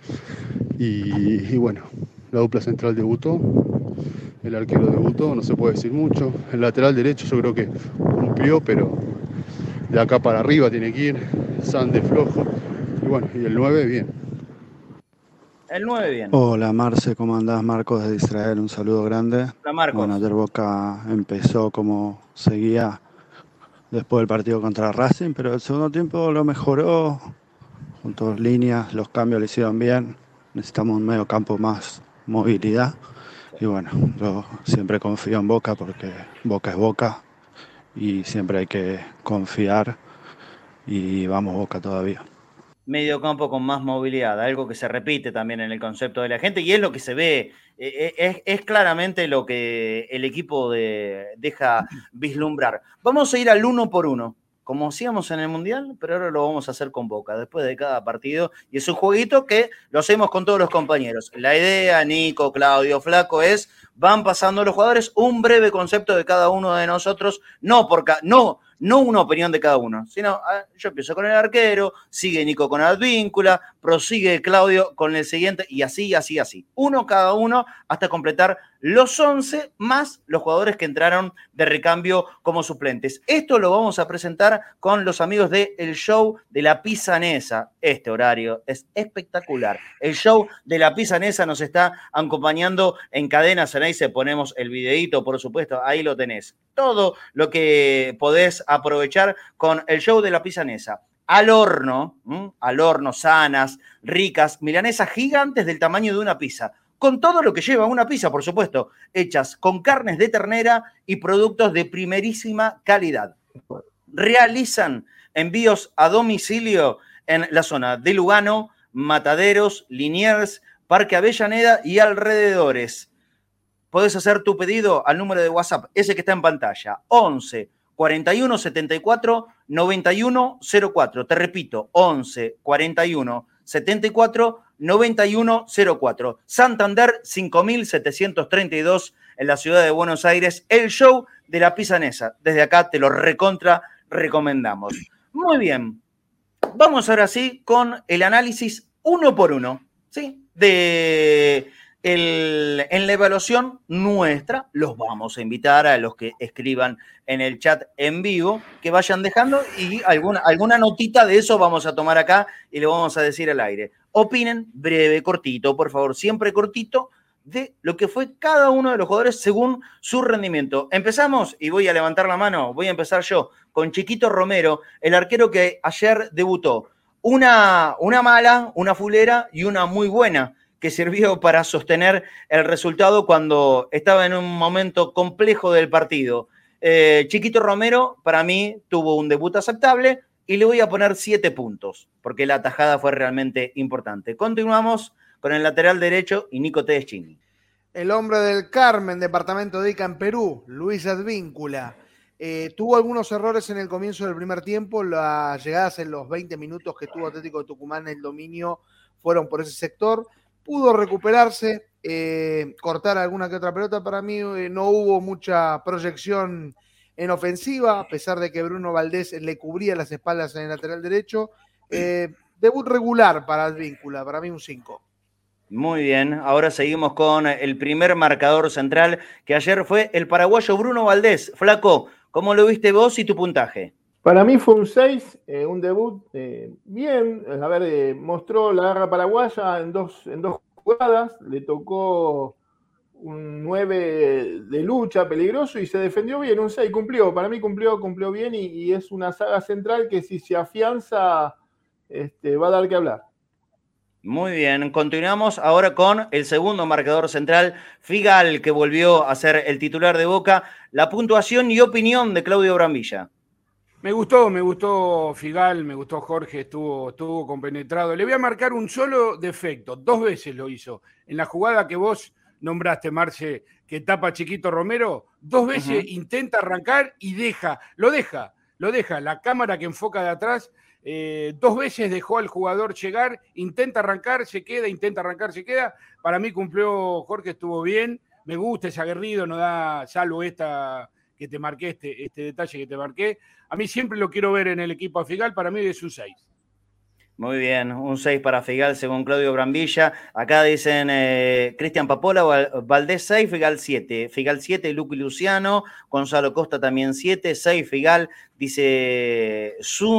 Y bueno, la dupla central debutó, el arquero debutó, no se puede decir mucho. El lateral derecho yo creo que cumplió, pero de acá para arriba tiene que ir, Sande flojo. Y bueno, y el 9 bien. El 9 bien. Hola Marce, ¿cómo andás? Marcos de Israel, un saludo grande. Hola Marcos. Bueno, ayer Boca empezó como seguía después del partido contra Racing, pero el segundo tiempo lo mejoró, junto a líneas, los cambios le hicieron bien, necesitamos un medio campo más movilidad y bueno, yo siempre confío en Boca porque Boca es Boca y siempre hay que confiar y vamos Boca todavía. Medio campo con más movilidad, algo que se repite también en el concepto de la gente y es lo que se ve, es claramente lo que el equipo deja vislumbrar. Vamos a ir al 1 por 1, como hacíamos en el Mundial, pero ahora lo vamos a hacer con Boca, después de cada partido, y es un jueguito que lo hacemos con todos los compañeros. La idea, Nico, Claudio, Flaco, es, van pasando los jugadores, un breve concepto de cada uno de nosotros, no una opinión de cada uno, sino yo empiezo con el arquero, sigue Nico con Advíncula, prosigue Claudio con el siguiente, y así. Uno cada uno hasta completar los 11 más los jugadores que entraron de recambio como suplentes. Esto lo vamos a presentar con los amigos de El Show de la Pisanesa. Este horario es espectacular. El Show de la Pisanesa nos está acompañando en Cadena Ceneice. Ponemos el videíto, por supuesto, ahí lo tenés. Todo lo que podés aprovechar con El Show de la Pisanesa. Al horno, sanas, ricas, milanesas gigantes del tamaño de una pizza. Con todo lo que lleva una pizza, por supuesto, hechas con carnes de ternera y productos de primerísima calidad. Realizan envíos a domicilio en la zona de Lugano, Mataderos, Liniers, Parque Avellaneda y alrededores. Podés hacer tu pedido al número de WhatsApp, ese que está en pantalla, 11 41 74 91 04. Te repito, 11 41 74 91 04. Santander 5732 en la ciudad de Buenos Aires. El Show de la Pisanesa. Desde acá te lo recontra recomendamos. Muy bien. Vamos ahora sí con el análisis 1 por 1, ¿sí? En la evaluación nuestra, los vamos a invitar a los que escriban en el chat en vivo, que vayan dejando y alguna notita de eso vamos a tomar acá y le vamos a decir al aire. Opinen breve, cortito, por favor, siempre cortito, de lo que fue cada uno de los jugadores según su rendimiento. Empezamos, y voy a levantar la mano, voy a empezar yo, con Chiquito Romero, el arquero que ayer debutó. Una mala, una fulera y una muy buena, que sirvió para sostener el resultado cuando estaba en un momento complejo del partido. Chiquito Romero, para mí, tuvo un debut aceptable y le voy a poner 7 puntos, porque la tajada fue realmente importante. Continuamos con el lateral derecho y Nico Tedeschini. El hombre del Carmen, departamento de Ica en Perú, Luis Advíncula. Tuvo algunos errores en el comienzo del primer tiempo, las llegadas en los 20 minutos que tuvo Atlético de Tucumán, el dominio fueron por ese sector. Pudo recuperarse, cortar alguna que otra pelota. Para mí no hubo mucha proyección en ofensiva, a pesar de que Bruno Valdés le cubría las espaldas en el lateral derecho. Debut regular para Advíncula, para mí un 5. Muy bien, ahora seguimos con el primer marcador central, que ayer fue el paraguayo Bruno Valdés. Flaco, ¿cómo lo viste vos y tu puntaje? Para mí fue un 6, un debut bien, a ver, mostró la garra paraguaya en dos jugadas, le tocó un 9 de lucha peligroso y se defendió bien, un 6, cumplió, para mí cumplió bien y es una saga central que si se afianza va a dar que hablar. Muy bien, continuamos ahora con el segundo marcador central, Figal, que volvió a ser el titular de Boca. La puntuación y opinión de Claudio Brambilla. Me gustó Figal, me gustó Jorge, estuvo compenetrado. Le voy a marcar un solo defecto, 2 veces lo hizo. En la jugada que vos nombraste, Marce, que tapa Chiquito Romero, 2 veces intenta arrancar y lo deja. La cámara que enfoca de atrás, 2 veces dejó al jugador llegar, intenta arrancar, se queda. Para mí cumplió Jorge, estuvo bien. Me gusta, es aguerrido, no da, salvo esta que te marqué, este detalle que te marqué. A mí siempre lo quiero ver en el equipo a Figal, para mí es un 6. Muy bien, un 6 para Figal según Claudio Brambilla. Acá dicen Cristian Papola, Valdés 6, Figal 7. Figal 7, Luco y Luciano. Gonzalo Costa también 7, 6 Figal. Dice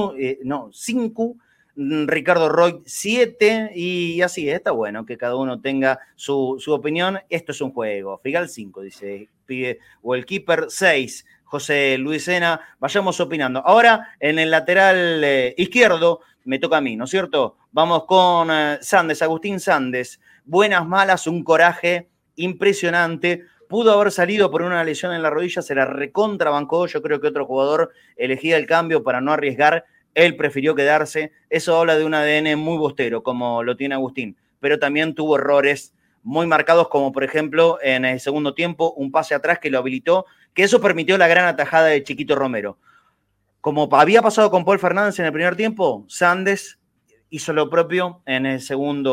5. Ricardo Roy 7. Y así, está bueno que cada uno tenga su opinión. Esto es un juego. Figal 5, dice o el Keeper 6. José Luis Sena, vayamos opinando. Ahora, en el lateral izquierdo, me toca a mí, ¿no es cierto? Vamos con Sandes, Agustín Sandes. Buenas, malas, un coraje impresionante. Pudo haber salido por una lesión en la rodilla, se la recontrabancó. Yo creo que otro jugador elegía el cambio para no arriesgar. Él prefirió quedarse. Eso habla de un ADN muy bostero, como lo tiene Agustín. Pero también tuvo errores muy marcados, como por ejemplo en el segundo tiempo, un pase atrás que lo habilitó, que eso permitió la gran atajada de Chiquito Romero. Como había pasado con Paul Fernández en el primer tiempo, Sandes hizo lo propio en la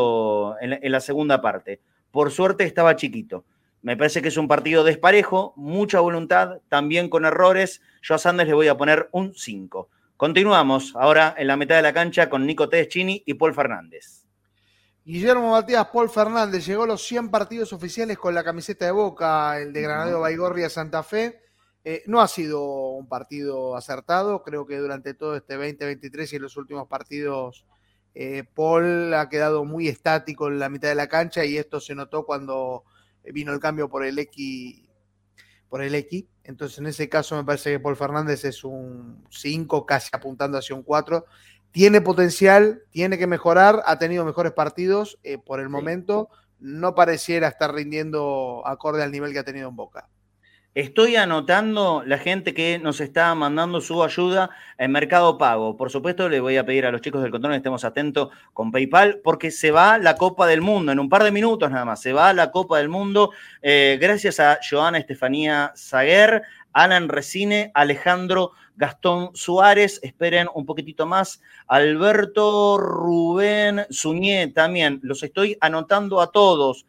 segunda parte. Por suerte estaba Chiquito. Me parece que es un partido desparejo, mucha voluntad, también con errores. Yo a Sandes le voy a poner un 5. Continuamos ahora en la mitad de la cancha con Nico Tedeschini y Paul Fernández. Guillermo Matías, Paul Fernández, llegó a los 100 partidos oficiales con la camiseta de Boca, el de Granadero Baigorria Santa Fe. No ha sido un partido acertado, creo que durante todo este 2023 y en los últimos partidos Paul ha quedado muy estático en la mitad de la cancha y esto se notó cuando vino el cambio por el X. Entonces en ese caso me parece que Paul Fernández es un 5, casi apuntando hacia un 4. Tiene potencial, tiene que mejorar, ha tenido mejores partidos, por el momento no pareciera estar rindiendo acorde al nivel que ha tenido en Boca. Estoy anotando la gente que nos está mandando su ayuda en Mercado Pago. Por supuesto, le voy a pedir a los chicos del control que estemos atentos con PayPal, porque se va la Copa del Mundo, en un par de minutos nada más, se va la Copa del Mundo. Gracias a Joana Estefanía Zaguer, Alan Resine, Alejandro Gastón Suárez, esperen un poquitito más, Alberto Rubén Suñé también, los estoy anotando a todos.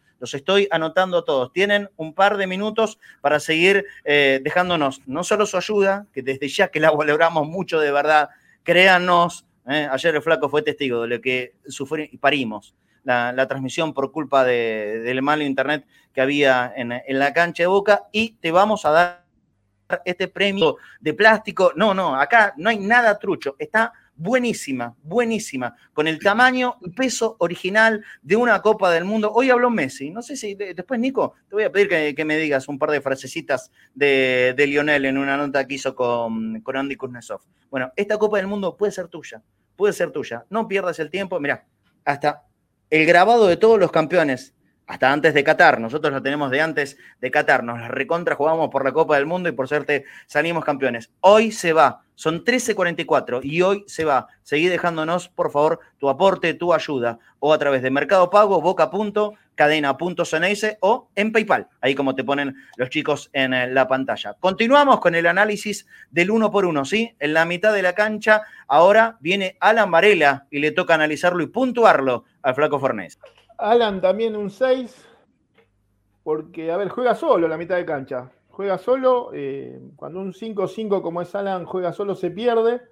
Tienen un par de minutos para seguir dejándonos no solo su ayuda, que desde ya que la valoramos mucho de verdad, créanos, ayer el Flaco fue testigo de lo que sufrimos y parimos. La transmisión por culpa del malo internet que había en la cancha de Boca, y te vamos a dar este premio de plástico. No, acá no hay nada trucho, está buenísima, con el tamaño y peso original de una Copa del Mundo. Hoy habló Messi, no sé si después, Nico, te voy a pedir que me digas un par de frasecitas de Lionel en una nota que hizo con Andy Kuznetsov. Bueno, esta Copa del Mundo puede ser tuya, no pierdas el tiempo. Mirá, hasta el grabado de todos los campeones, hasta antes de Qatar, nosotros lo tenemos de antes de Qatar, nos la recontra jugamos por la Copa del Mundo y por suerte salimos campeones. Hoy se va, son 13:44 y hoy se va. Seguí dejándonos, por favor, tu aporte, tu ayuda, o a través de Mercado Pago, boca.cadena.ceneice o en PayPal, ahí como te ponen los chicos en la pantalla. Continuamos con el análisis del 1 por 1, ¿sí? En la mitad de la cancha, ahora viene Alan Varela y le toca analizarlo y puntuarlo al Flaco Fornés. Alan también un 6, porque, juega solo la mitad de cancha. Juega solo, cuando un 5-5 como es Alan juega solo se pierde,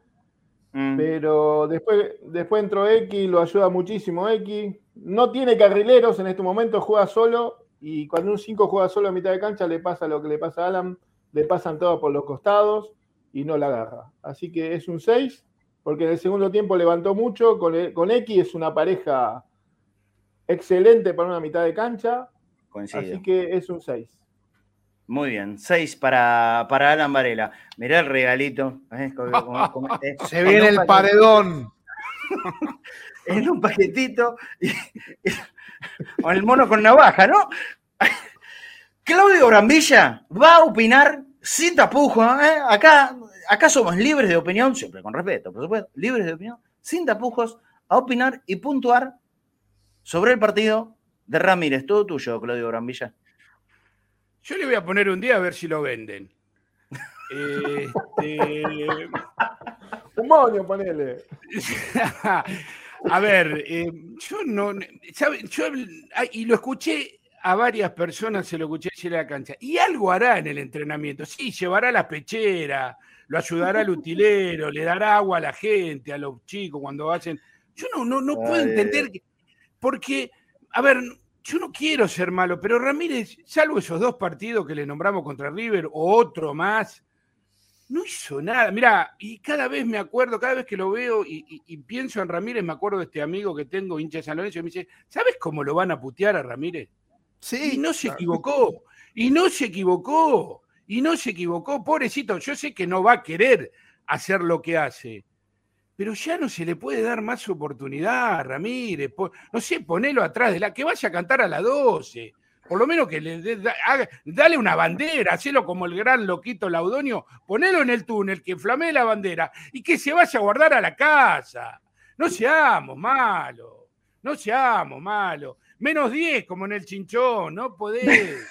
pero después entró X, lo ayuda muchísimo X. No tiene carrileros en este momento, juega solo, y cuando un 5 juega solo a mitad de cancha le pasa lo que le pasa a Alan, le pasan todos por los costados y no la agarra. Así que es un 6, porque en el segundo tiempo levantó mucho, con X es una pareja excelente para una mitad de cancha. Coincido. Así que es un 6. Muy bien, 6 para Alan Varela. Mirá el regalito. Se viene el paredón. En un paquetito. Con el mono con navaja, ¿no? Claudio Brambilla va a opinar sin tapujos. Acá somos libres de opinión, siempre con respeto, por supuesto. Libres de opinión, sin tapujos, a opinar y puntuar sobre el partido de Ramírez. Todo tuyo, Claudio Brambilla. Yo le voy a poner un día a ver si lo venden. Un moño, ponele. A ver, yo no... ¿sabe? Y lo escuché a varias personas se lo escuché decir a la cancha. Y algo hará en el entrenamiento. Sí, llevará las pecheras, lo ayudará al utilero, le dará agua a la gente, a los chicos cuando hacen. Yo no puedo entender porque, a ver, yo no quiero ser malo, pero Ramírez, salvo esos 2 partidos que le nombramos contra River o otro más, no hizo nada. Mirá, y cada vez me acuerdo, cada vez que lo veo y pienso en Ramírez, me acuerdo de este amigo que tengo, hincha de San Lorenzo, y me dice, ¿sabes cómo lo van a putear a Ramírez? Sí. Y no se equivocó, pobrecito. Yo sé que no va a querer hacer lo que hace, pero ya no se le puede dar más oportunidad a Ramírez. No sé, ponelo atrás que vaya a cantar a las 12. Por lo menos que dale una bandera, hacelo como el gran loquito Laudonio, ponelo en el túnel, que flamee la bandera y que se vaya a guardar a la casa. No seamos malos. Menos 10 como en el Chinchón, no podés.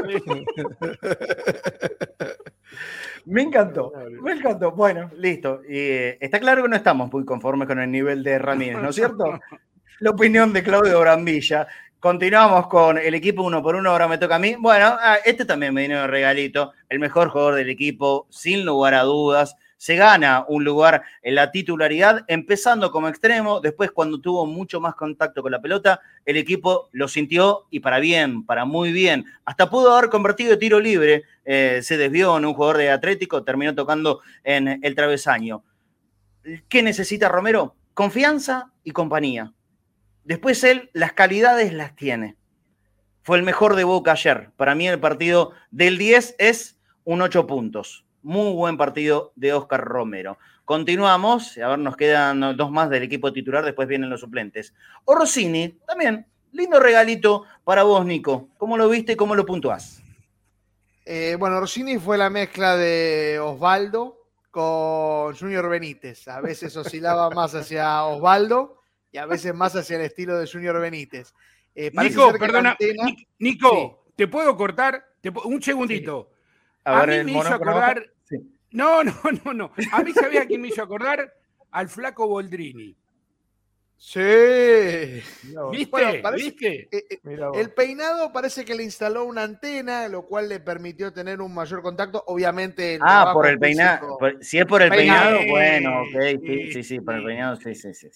Me encantó. Bueno, listo. Está claro que no estamos muy conformes con el nivel de Ramírez, ¿no es cierto? La opinión de Claudio Brambilla. Continuamos con el equipo 1 por 1, ahora me toca a mí. Bueno, este también me vino de regalito. El mejor jugador del equipo, sin lugar a dudas. Se gana un lugar en la titularidad, empezando como extremo, después cuando tuvo mucho más contacto con la pelota, el equipo lo sintió y para bien, para muy bien. Hasta pudo haber convertido tiro libre, se desvió en un jugador de Atlético, terminó tocando en el travesaño. ¿Qué necesita Romero? Confianza y compañía. Después él las calidades las tiene. Fue el mejor de Boca ayer. Para mí el partido del 10 es un 8 puntos. Muy buen partido de Óscar Romero. Continuamos, a ver, nos quedan 2 más del equipo titular, después vienen los suplentes. Orsini, también, lindo regalito para vos, Nico. ¿Cómo lo viste y cómo lo puntuás? Bueno, Orsini fue la mezcla de Osvaldo con Junior Benítez. A veces oscilaba más hacia Osvaldo y a veces más hacia el estilo de Junior Benítez. Nico, perdona, Nico, sí. ¿Te puedo cortar? Un segundito. Sí. A mí me hizo acordar... Sí. No. A mí, ¿sabía quién me hizo acordar? Al flaco Boldrini. Sí. ¿Viste? Bueno, ¿Viste? El peinado parece que le instaló una antena, lo cual le permitió tener un mayor contacto. Obviamente. Por el peinado. Si es por el peinado, bueno, ok. Sí, por el peinado, sí.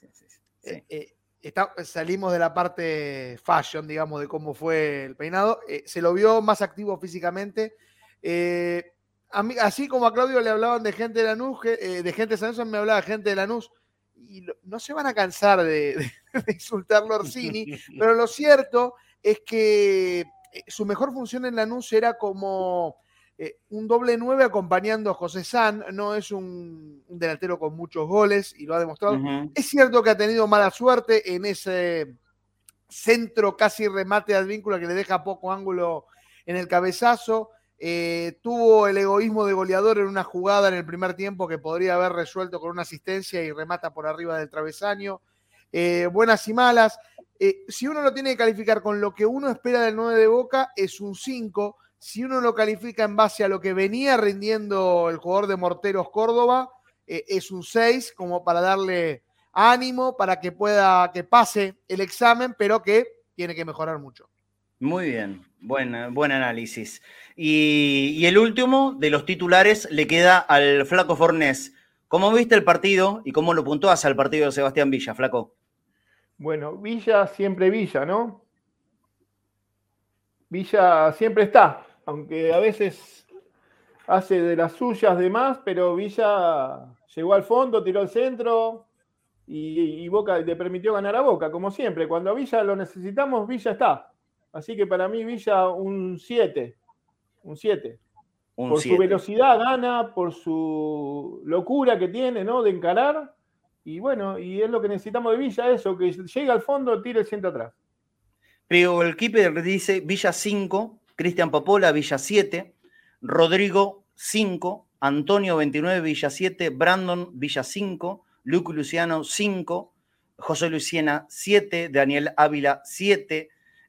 Salimos de la parte fashion, digamos, de cómo fue el peinado. Se lo vio más activo físicamente. A mí, así como a Claudio le hablaban de gente de Lanús, de gente de San Lorenzo, me hablaba gente de Lanús. Y no se van a cansar de insultarlo a Orsini, pero lo cierto es que su mejor función en Lanús era como un doble 9 acompañando a José San. No es un delantero con muchos goles y lo ha demostrado. Es cierto que ha tenido mala suerte en ese centro casi remate al vínculo que le deja poco ángulo en el cabezazo. Tuvo el egoísmo de goleador en una jugada en el primer tiempo que podría haber resuelto con una asistencia y remata por arriba del travesaño. Buenas y malas. Si uno lo tiene que calificar con lo que uno espera del 9 de Boca, es un 5. Si uno lo califica en base a lo que venía rindiendo el jugador de Morteros Córdoba, es un 6, como para darle ánimo, para que pase el examen, pero que tiene que mejorar mucho. Muy bien, buen análisis. Y el último de los titulares le queda al Flaco Fornés. ¿Cómo viste el partido y cómo lo puntuás al partido de Sebastián Villa, Flaco? Bueno, Villa siempre Villa, ¿no? Villa siempre está, aunque a veces hace de las suyas de más, pero Villa llegó al fondo, tiró el centro y Boca le permitió ganar a Boca, como siempre. Cuando a Villa lo necesitamos, Villa está. Así que para mí Villa un 7. Un 7. Por su velocidad gana, por su locura que tiene, ¿no? De encarar. Y bueno, y es lo que necesitamos de Villa, eso, que llegue al fondo, tire el centro atrás. Pero el keeper dice Villa 5, Cristian Popola, Villa 7, Rodrigo 5, Antonio 29, Villa 7, Brandon Villa 5, Luco Luciano 5, José Luciana 7, Daniel Ávila 7.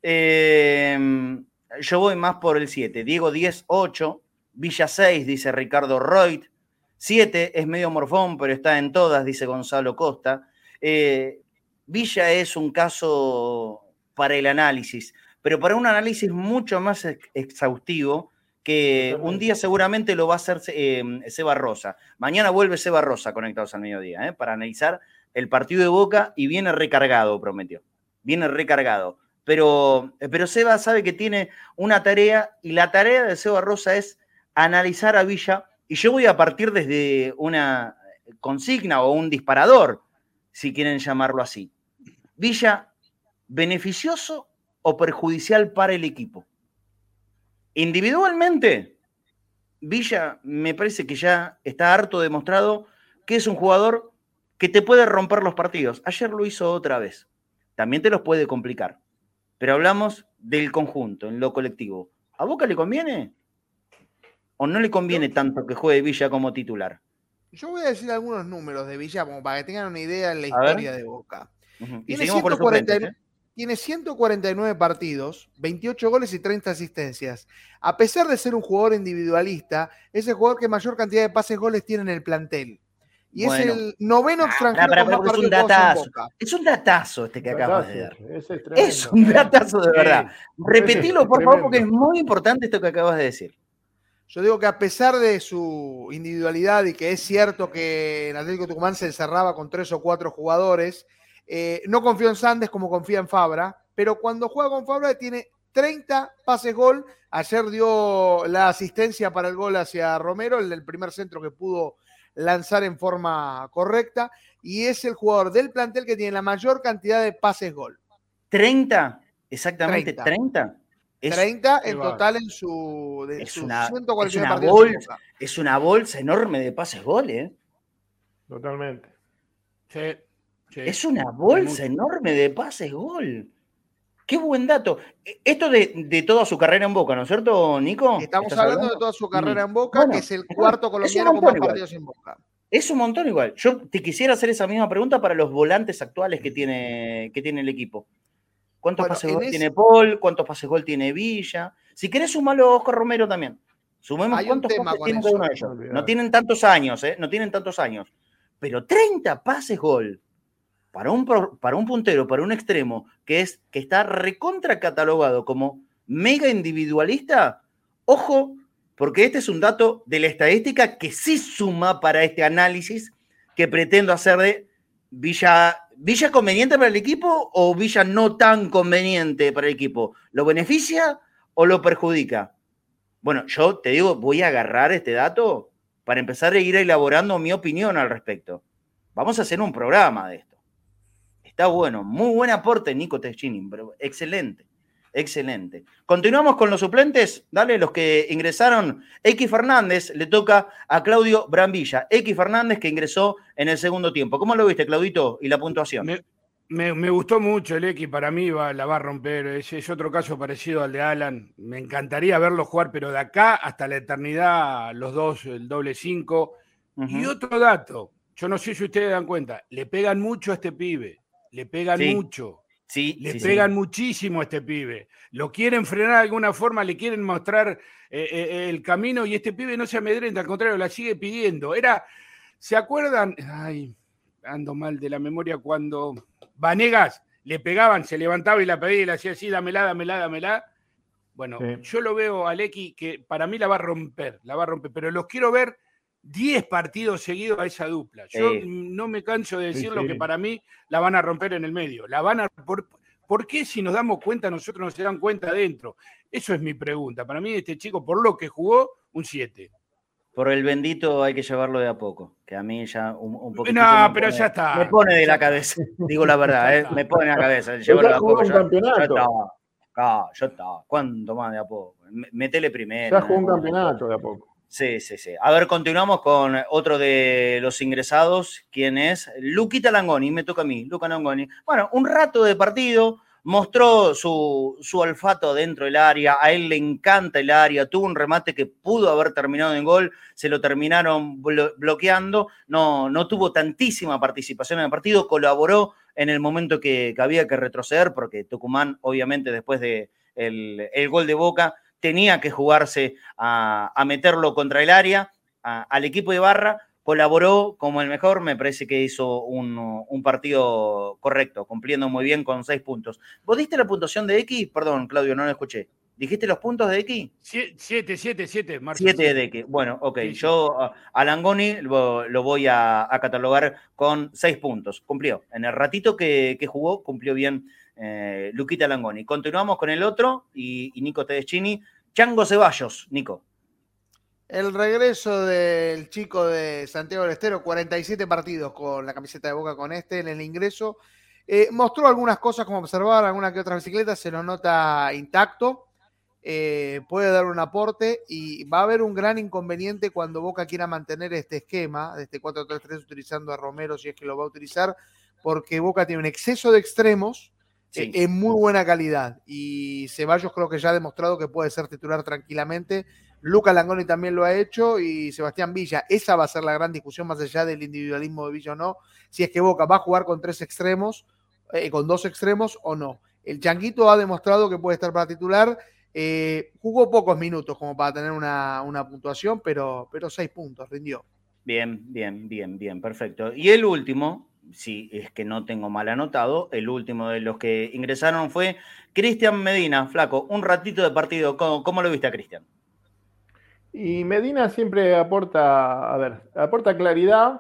Yo voy más por el 7. Diego 10, 8. Villa 6, dice Ricardo Reut. 7 es medio morfón, pero está en todas, dice Gonzalo Costa. Villa es un caso para el análisis, pero para un análisis mucho más exhaustivo, que un día seguramente lo va a hacer Seba Rosa. Mañana vuelve Seba Rosa Conectados al Mediodía, para analizar el partido de Boca, y viene recargado, prometió. Viene recargado. Pero Seba sabe que tiene una tarea, y la tarea de Seba Rosa es analizar a Villa, y yo voy a partir desde una consigna o un disparador, si quieren llamarlo así. Villa, ¿beneficioso o perjudicial para el equipo? Individualmente, Villa me parece que ya está harto demostrado que es un jugador que te puede romper los partidos. Ayer lo hizo otra vez. También te los puede complicar. Pero hablamos del conjunto, en lo colectivo. ¿A Boca le conviene? ¿O no le conviene tanto que juegue Villa como titular? Yo voy a decir algunos números de Villa como para que tengan una idea en la historia de Boca. Y seguimos con los suplentes, Tiene 149 partidos, 28 goles y 30 asistencias. A pesar de ser un jugador individualista, es el jugador que mayor cantidad de pases goles tiene en el plantel. Y es el noveno extranjero con más partidos en Boca. Es un datazo este que acabas de dar. Es un datazo de verdad. Repetilo, por favor, porque es muy importante esto que acabas de decir. Yo digo que a pesar de su individualidad y que es cierto que en Atlético Tucumán se encerraba con 3 o 4 jugadores, no confío en Sandes como confía en Fabra, pero cuando juega con Fabra tiene 30 pases gol. Ayer dio la asistencia para el gol hacia Romero, el del primer centro que pudo lanzar en forma correcta, y es el jugador del plantel que tiene la mayor cantidad de pases gol. ¿30? Exactamente, 30. 30 en total en sus 149 partidos. Es una bolsa enorme de pases gol, ¿eh? Totalmente. Sí. Es una bolsa enorme de pases gol. Qué buen dato. Esto de toda su carrera en Boca, ¿no es cierto, Nico? Estamos hablando de toda su carrera en Boca, que es el cuarto colombiano con más partidos en Boca. Es un montón igual. Yo te quisiera hacer esa misma pregunta para los volantes actuales que tiene el equipo. ¿Cuántos pases gol tiene Paul? ¿Cuántos pases gol tiene Villa? Si querés sumarlo a Oscar Romero también. Sumemos cuántos pases tiene cada uno de ellos. No tienen tantos años, No tienen tantos años. Pero 30 pases gol para un puntero, para un extremo, que está recontra catalogado como mega individualista. Ojo, porque este es un dato de la estadística que sí suma para este análisis que pretendo hacer de Villa conveniente para el equipo o Villa no tan conveniente para el equipo. ¿Lo beneficia o lo perjudica? Bueno, yo te digo, voy a agarrar este dato para empezar a ir elaborando mi opinión al respecto. Vamos a hacer un programa de esto. Está bueno, muy buen aporte, Nico Teschini, pero excelente. Excelente. Continuamos con los suplentes. Dale, los que ingresaron. X Fernández le toca a Claudio Brambilla. X Fernández que ingresó en el segundo tiempo. ¿Cómo lo viste, Claudito? Y la puntuación. Me gustó mucho el X. Para mí la va a romper. Es otro caso parecido al de Alan. Me encantaría verlo jugar, pero de acá hasta la eternidad, los dos, el doble 5. Y otro dato. Yo no sé si ustedes dan cuenta. Le pegan mucho a este pibe. Le pegan mucho. Le pegan muchísimo a este pibe. Lo quieren frenar de alguna forma, le quieren mostrar el camino y este pibe no se amedrenta, al contrario, la sigue pidiendo. ¿Se acuerdan? Ay, ando mal de la memoria cuando Vanegas le pegaban, se levantaba y la pedía y le hacía así, dámela. Bueno, yo lo veo a Lecky que para mí la va a romper, pero los quiero ver 10 partidos seguidos a esa dupla. Yo no me canso de decirlo que para mí la van a romper en el medio. ¿Por qué si nos damos cuenta nosotros no se dan cuenta adentro? Eso es mi pregunta. Para mí este chico, por lo que jugó, un 7. Por el bendito hay que llevarlo de a poco, que a mí ya un poquito pero ya está. Me pone de la cabeza, digo la verdad, me pone de la cabeza. Llevarlo de a poco, ya está. ¿Cuánto más de a poco? Métele primero. Ya jugó un campeonato de a poco. Sí. A ver, continuamos con otro de los ingresados, quien es Luquita Langoni, me toca a mí, Luca Langoni. Bueno, un rato de partido, mostró su olfato dentro del área, a él le encanta el área, tuvo un remate que pudo haber terminado en gol, se lo terminaron bloqueando, no tuvo tantísima participación en el partido, colaboró en el momento que había que retroceder, porque Tucumán, obviamente, después del el gol de Boca, tenía que jugarse a meterlo contra el área, al equipo de Barra, colaboró como el mejor, me parece que hizo un partido correcto, cumpliendo muy bien con 6 puntos. ¿Vos diste la puntuación de X? Perdón, Claudio, no lo escuché. ¿Dijiste los puntos de X? 7, Marce. 7 de X. Bueno, ok. Sí. Yo a Langoni lo voy a catalogar con 6 puntos. Cumplió. En el ratito que jugó, cumplió bien Luquita Langoni. Continuamos con el otro y Nico Tedeschini. Chango Ceballos, Nico. El regreso del chico de Santiago del Estero, 47 partidos con la camiseta de Boca con en el ingreso. Mostró algunas cosas como observar, alguna que otra bicicleta, se lo nota intacto. Puede dar un aporte y va a haber un gran inconveniente cuando Boca quiera mantener este esquema de este 4-3-3 utilizando a Romero si es que lo va a utilizar, porque Boca tiene un exceso de extremos en muy buena calidad y Ceballos creo que ya ha demostrado que puede ser titular tranquilamente. Luca Langoni también lo ha hecho y Sebastián Villa. Esa va a ser la gran discusión más allá del individualismo de Villa o no, si es que Boca va a jugar con 3 extremos, con 2 extremos o no. El Changuito ha demostrado que puede estar para titular. Jugó pocos minutos como para tener una puntuación, pero 6 puntos, rindió. Bien, perfecto. Y el último, si es que no tengo mal anotado, el último de los que ingresaron fue Cristian Medina. Flaco, un ratito de partido, ¿cómo lo viste a Cristian? Y Medina siempre aporta claridad.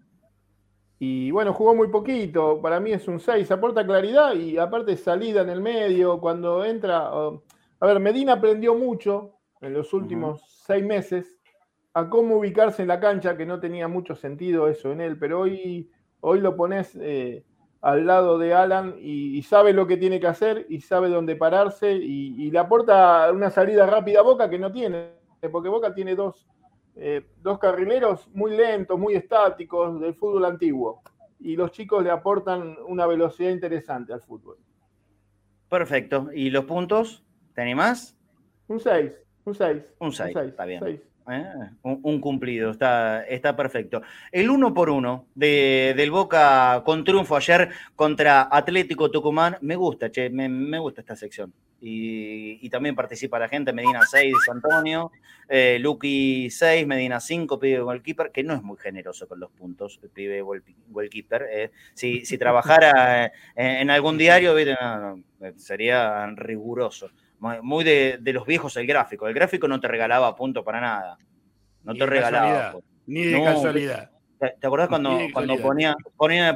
Y bueno, jugó muy poquito, para mí es un 6, aporta claridad y aparte salida en el medio, cuando entra... Medina aprendió mucho en los últimos 6 meses a cómo ubicarse en la cancha, que no tenía mucho sentido eso en él, pero hoy lo pones al lado de Alan y sabe lo que tiene que hacer y sabe dónde pararse y le aporta una salida rápida a Boca que no tiene, porque Boca tiene dos carrileros muy lentos, muy estáticos del fútbol antiguo y los chicos le aportan una velocidad interesante al fútbol. Perfecto. ¿Y los puntos? ¿Te animás? Un 6. Un 6, está bien. 6. Un cumplido, está perfecto. El 1-por-1 del Boca con triunfo ayer contra Atlético Tucumán, me gusta esta sección. Y también participa la gente, Medina 6 de San Antonio, Luqui 6, Medina 5, pibe goalkeeper, que no es muy generoso con los puntos, el pibe goalkeeper. Si trabajara en algún diario, no, sería riguroso. Muy de los viejos el gráfico. El gráfico no te regalaba puntos para nada. No te regalaba. Ni de casualidad. ¿Te acordás cuando ponían el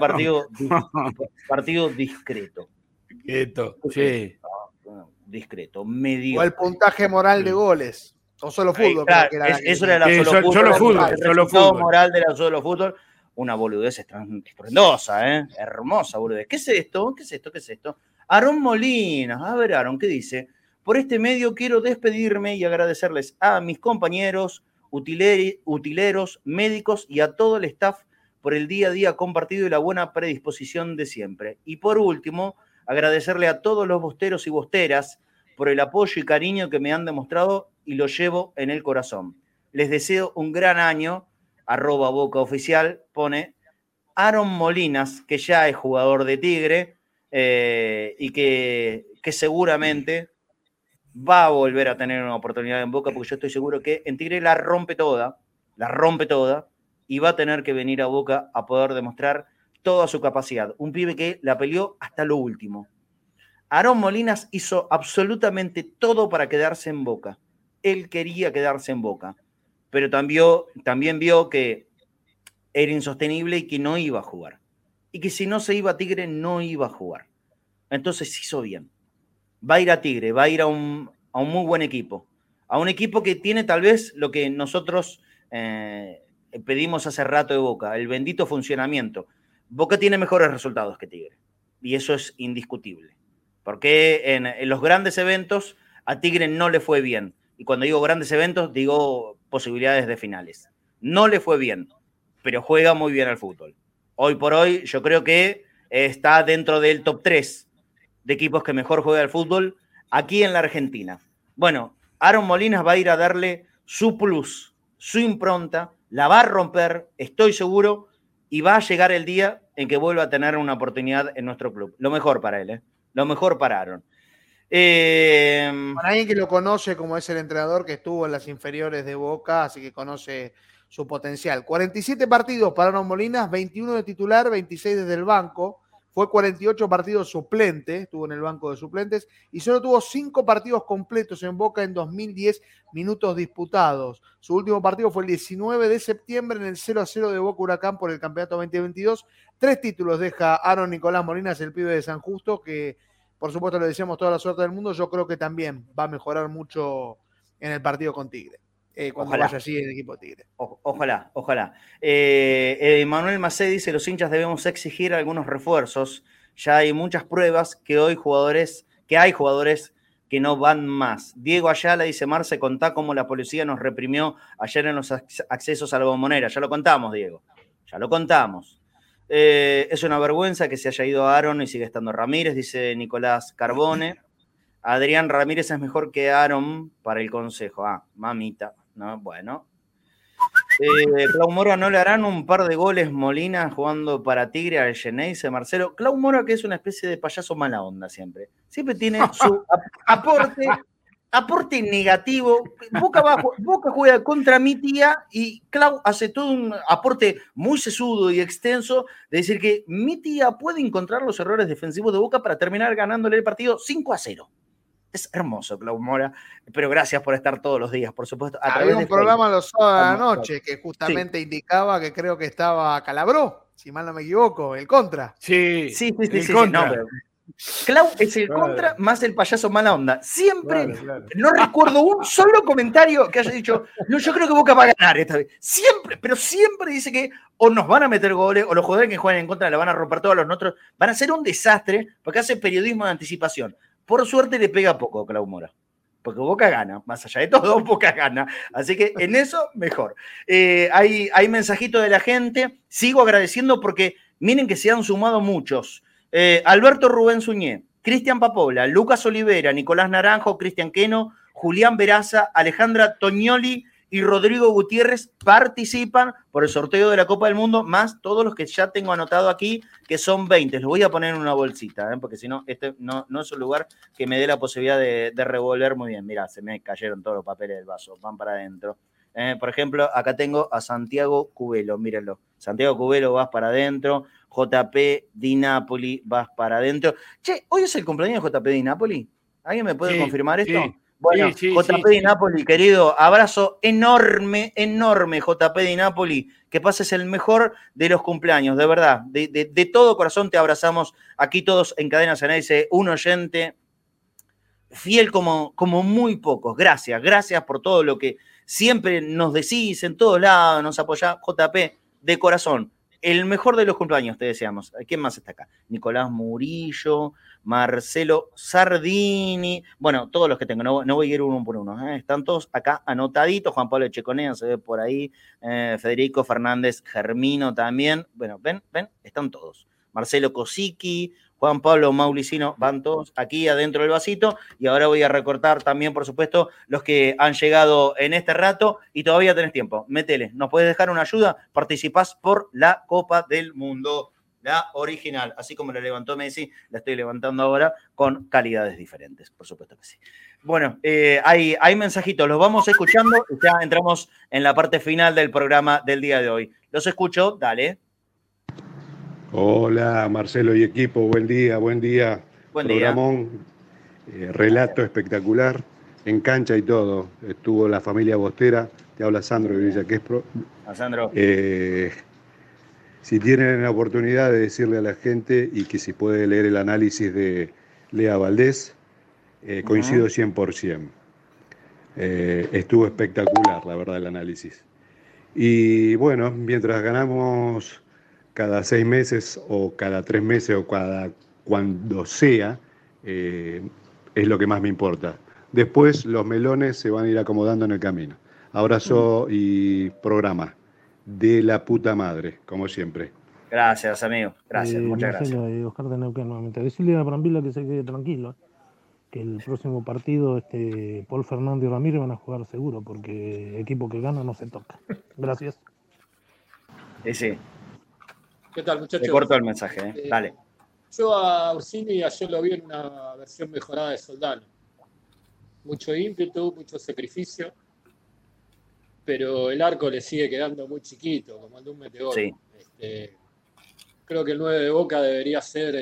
partido discreto? Sí. Discreto, medio. O el puntaje moral de goles. O solo fútbol. Claro, eso era la solo fútbol. El moral de la solo fútbol. Una boludez estruendosa, hermosa boludez. ¿Qué es esto? Aarón Molinas. A ver, Aarón, ¿qué dice? Por este medio quiero despedirme y agradecerles a mis compañeros, utileros, médicos y a todo el staff por el día a día compartido y la buena predisposición de siempre. Y por último, agradecerle a todos los bosteros y bosteras por el apoyo y cariño que me han demostrado y lo llevo en el corazón. Les deseo un gran año, @BocaOficial, pone Aarón Molinas, que ya es jugador de Tigre y que seguramente va a volver a tener una oportunidad en Boca, porque yo estoy seguro que en Tigre la rompe toda, y va a tener que venir a Boca a poder demostrar toda su capacidad. Un pibe que la peleó hasta lo último. Aarón Molinas hizo absolutamente todo para quedarse en Boca. Él quería quedarse en Boca, pero también vio que era insostenible y que no iba a jugar. Y que si no se iba a Tigre, no iba a jugar. Entonces hizo bien. Va a ir a Tigre, va a ir a un muy buen equipo. A un equipo que tiene tal vez lo que nosotros pedimos hace rato de Boca, el bendito funcionamiento. Boca tiene mejores resultados que Tigre. Y eso es indiscutible. Porque en los grandes eventos a Tigre no le fue bien. Y cuando digo grandes eventos, digo posibilidades de finales. No le fue bien, pero juega muy bien al fútbol. Hoy por hoy yo creo que está dentro del top 3 de equipos que mejor juega al fútbol aquí en la Argentina. Bueno, Aarón Molinas va a ir a darle su plus, su impronta, la va a romper, estoy seguro, y va a llegar el día en que vuelva a tener una oportunidad en nuestro club. Lo mejor para él, lo mejor para Aarón. Para alguien que lo conoce, como es el entrenador que estuvo en las inferiores de Boca, así que conoce su potencial. 47 partidos para Aaron Molinas, 21 de titular, 26 desde el banco. Fue 48 partidos suplente, estuvo en el banco de suplentes, y solo tuvo 5 partidos completos en Boca en 2010 minutos disputados. Su último partido fue el 19 de septiembre en el 0-0 de Boca Huracán por el campeonato 2022. 3 títulos deja Aaron Nicolás Molinas, el pibe de San Justo, que por supuesto le deseamos toda la suerte del mundo. Yo creo que también va a mejorar mucho en el partido con Tigre. Cuando vaya allí el equipo Tigre. Ojalá. Manuel Macé dice, los hinchas debemos exigir algunos refuerzos. Ya hay muchas pruebas que hay jugadores que no van más. Diego Ayala dice, Marce, contá cómo la policía nos reprimió ayer en los accesos a la Bombonera. Ya lo contamos, Diego. Ya lo contamos. Es una vergüenza que se haya ido Aaron y sigue estando Ramírez, dice Nicolás Carbone. Adrián Ramírez es mejor que Aaron para el consejo. Mamita. No, bueno. Clau Mora, ¿no le harán un par de goles Molina jugando para Tigre al Geneise, Marcelo? Clau Mora, que es una especie de payaso mala onda siempre. Siempre tiene su aporte negativo. Boca juega contra mi tía y Clau hace todo un aporte muy sesudo y extenso de decir que mi tía puede encontrar los errores defensivos de Boca para terminar ganándole el partido 5-0. Es hermoso, Clau Mora, pero gracias por estar todos los días, por supuesto. Había un programa los sábados de la noche que justamente indicaba que creo que estaba Calabró, si mal no me equivoco, el contra. Sí. No, pero Clau es el contra más el payaso mala onda. Siempre, no recuerdo un solo comentario que haya dicho, no, yo creo que Boca va a ganar esta vez. Siempre dice que o nos van a meter goles o los jugadores que juegan en contra le van a romper todos los nuestros. Van a ser un desastre porque hace periodismo de anticipación. Por suerte le pega poco Clau Mora, porque Boca gana, más allá de todo, Boca gana. Así que en eso, mejor. Hay mensajitos de la gente, sigo agradeciendo porque miren que se han sumado muchos. Alberto Rubén Suñé, Cristian Papola, Lucas Olivera, Nicolás Naranjo, Cristian Queno, Julián Veraza, Alejandra Toñoli y Rodrigo Gutiérrez participan por el sorteo de la Copa del Mundo, más todos los que ya tengo anotado aquí, que son 20. Los voy a poner en una bolsita, porque si no, este no es un lugar que me dé la posibilidad de revolver muy bien. Mirá, se me cayeron todos los papeles del vaso, van para adentro. Por ejemplo, acá tengo a Santiago Cubelo, mírenlo. Santiago Cubelo, vas para adentro. JP Di Napoli, vas para adentro. Che, ¿hoy es el cumpleaños de JP Di Napoli? ¿Alguien me puede confirmar esto? Sí. Bueno, JP Di Napoli, querido, abrazo enorme, JP Di Napoli, que pases el mejor de los cumpleaños, de verdad, de todo corazón te abrazamos aquí todos en Cadena Ceneice, un oyente fiel como muy pocos. Gracias por todo lo que siempre nos decís en todos lados, nos apoyás, JP, de corazón. El mejor de los cumpleaños te deseamos. ¿Quién más está acá? Nicolás Murillo, Marcelo Sardini. Bueno, todos los que tengo. No voy a ir uno por uno. Están todos acá anotaditos. Juan Pablo Echeconea se ve por ahí. Federico Fernández Germino también. Bueno, ven, están todos. Marcelo Kosicki, Juan Pablo Maulicino, van todos aquí adentro del vasito. Y ahora voy a recortar también, por supuesto, los que han llegado en este rato y todavía tenés tiempo. Métele, ¿nos puedes dejar una ayuda? Participás por la Copa del Mundo, la original. Así como la levantó Messi, la estoy levantando ahora con calidades diferentes, por supuesto que sí. Bueno, hay mensajitos, los vamos escuchando y ya entramos en la parte final del programa del día de hoy. Los escucho, dale. Hola Marcelo y equipo, buen día. Buen día. Programón, relato espectacular, en cancha y todo. Estuvo la familia Bostera, te habla Sandro de Villa Quespro. Sandro. Si tienen la oportunidad de decirle a la gente y que si puede leer el análisis de Lea Valdés, coincido 100%. Estuvo espectacular, la verdad, el análisis. Y bueno, mientras ganamos cada 6 meses o cada 3 meses o cuando sea, es lo que más me importa. Después los melones se van a ir acomodando en el camino. Abrazo y programa de la puta madre, como siempre. Gracias, amigo. Gracias, muchas gracias. Oscar de Neuquén nuevamente. Decirle a Brambila que se quede tranquilo, que el próximo partido Paul Fernández y Ramírez van a jugar seguro, porque equipo que gana no se toca. Gracias. Sí. ¿Qué tal, muchachos? Te corto el mensaje, dale. Yo a Orsini ayer lo vi en una versión mejorada de Soldano. Mucho ímpetu, mucho sacrificio. pero el arco le sigue quedando muy chiquito, como el de un meteoro. Sí. Creo que el 9 de Boca debería ser...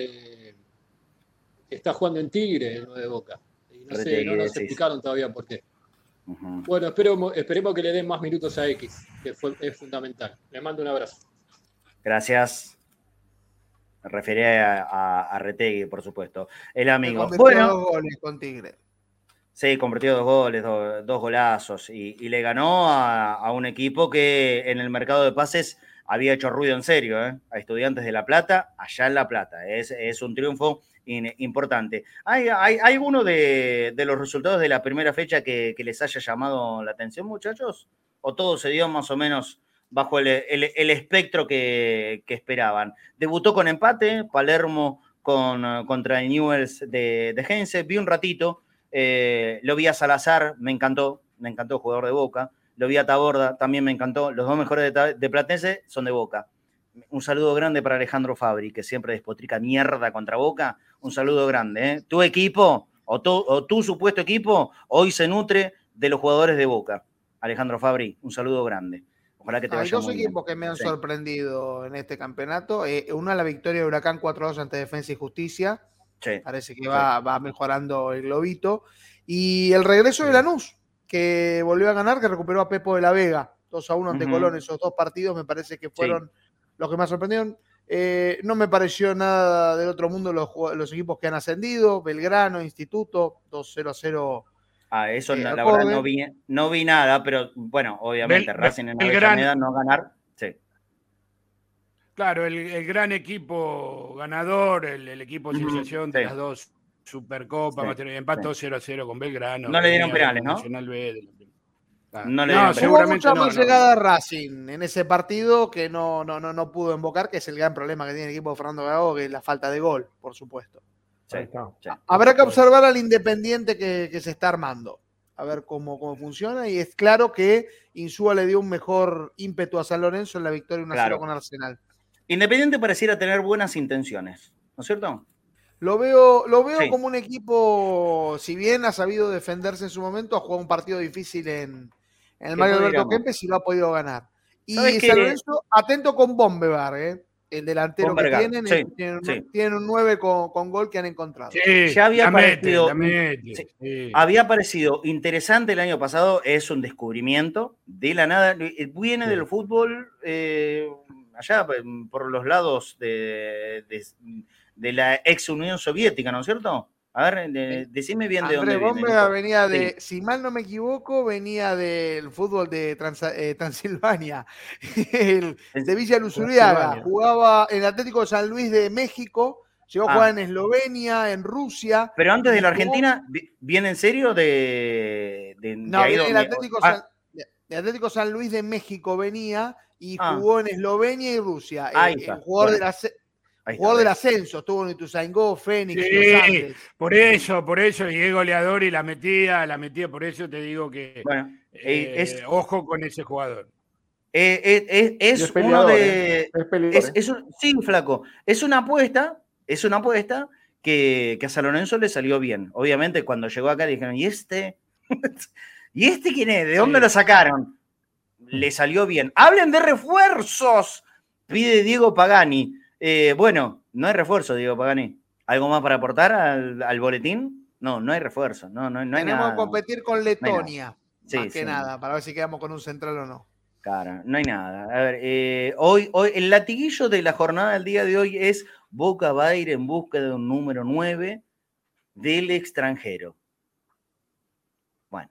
está jugando en Tigre el 9 de Boca. Y no sé, no nos explicaron todavía por qué. Uh-huh. Bueno, esperemos que le den más minutos a X, que es fundamental. Le mando un abrazo. Gracias. Me refería a Retegui, por supuesto. El amigo. Convirtió 2 goles con Tigre. Sí, convirtió 2 goles, 2 golazos. Y le ganó a un equipo que en el mercado de pases había hecho ruido en serio, a Estudiantes de La Plata, allá en La Plata. Es un triunfo importante. ¿Hay alguno de los resultados de la primera fecha que les haya llamado la atención, muchachos? ¿O todo se dio más o menos bajo el espectro que esperaban? Debutó con empate, Palermo contra el Newell's de Heinze. Vi un ratito, lo vi a Salazar, me encantó el jugador de Boca. Lo vi a Taborda, también me encantó. Los 2 mejores de Platense son de Boca. Un saludo grande para Alejandro Fabri, que siempre despotrica mierda contra Boca. Un saludo grande. Tu equipo, o tu supuesto equipo, hoy se nutre de los jugadores de Boca. Alejandro Fabri, un saludo grande. Ojalá que te vaya muy bien. Hay 2 equipos que me han sorprendido en este campeonato. Una, la victoria de Huracán 4-2 ante Defensa y Justicia. Sí. Parece que va mejorando el globito. Y el regreso de Lanús, que volvió a ganar, que recuperó a Pepo de la Vega, 2-1 ante Colón. Esos 2 partidos me parece que fueron los que más sorprendieron. No me pareció nada del otro mundo los equipos que han ascendido. Belgrano, Instituto, 2-0-0. Eso la verdad no vi nada, pero bueno, obviamente Racing en Avellaneda no ganar. Sí. Claro, el gran equipo ganador, el equipo sensación de las 2 Supercopas, empató 0-0 con Belgrano. No le dieron penales, ¿no? Nacional B. Hubo mucha más llegada a Racing en ese partido que no pudo invocar, que es el gran problema que tiene el equipo de Fernando Gago, que es la falta de gol, por supuesto. Sí. Habrá que observar al Independiente que se está armando, a ver cómo funciona, y es claro que Insúa le dio un mejor ímpetu a San Lorenzo en la victoria 1-0 con Arsenal. Independiente pareciera tener buenas intenciones, ¿no es cierto? Lo veo como un equipo, si bien ha sabido defenderse en su momento, ha jugado un partido difícil en el Mario Alberto Kempes y lo ha podido ganar. Y San Lorenzo, atento con Bombevar, el delantero que tienen, tienen un 9 con gol que han encontrado. Ya había parecido interesante el año pasado, es un descubrimiento de la nada, viene del fútbol allá por los lados de la ex Unión Soviética, ¿no es cierto? A ver, decime bien de dónde viene. Bomba venía si mal no me equivoco, venía del fútbol de Transilvania, de Villa Luzuriaga. Jugaba en el Atlético de San Luis de México, llegó a jugar en Eslovenia, en Rusia. Pero antes de la Argentina, ¿viene en serio no, viene el Atlético San Luis de México venía y jugó en Eslovenia y Rusia. El jugador de la jugador del ascenso, estuvo en Ituzaingó, Fénix, Los Andes. Por eso, y es goleador y la metía, por eso te digo que ojo con ese jugador. Es uno de. Sí, flaco. Es una apuesta que a San Lorenzo le salió bien. Obviamente, cuando llegó acá dijeron, ¿y este? ¿Y este quién es? ¿De dónde lo sacaron? Le salió bien. ¡Hablen de refuerzos! Pide Diego Pagani. Bueno, no hay refuerzo, Diego Pagani. ¿Algo más para aportar al boletín? No hay refuerzo. No hay nada. Tenemos que competir con Letonia. Más que nada, para ver si quedamos con un central o no. Claro, no hay nada. A ver, hoy el latiguillo de la jornada del día de hoy es Boca va a ir en busca de un número 9 del extranjero. Bueno,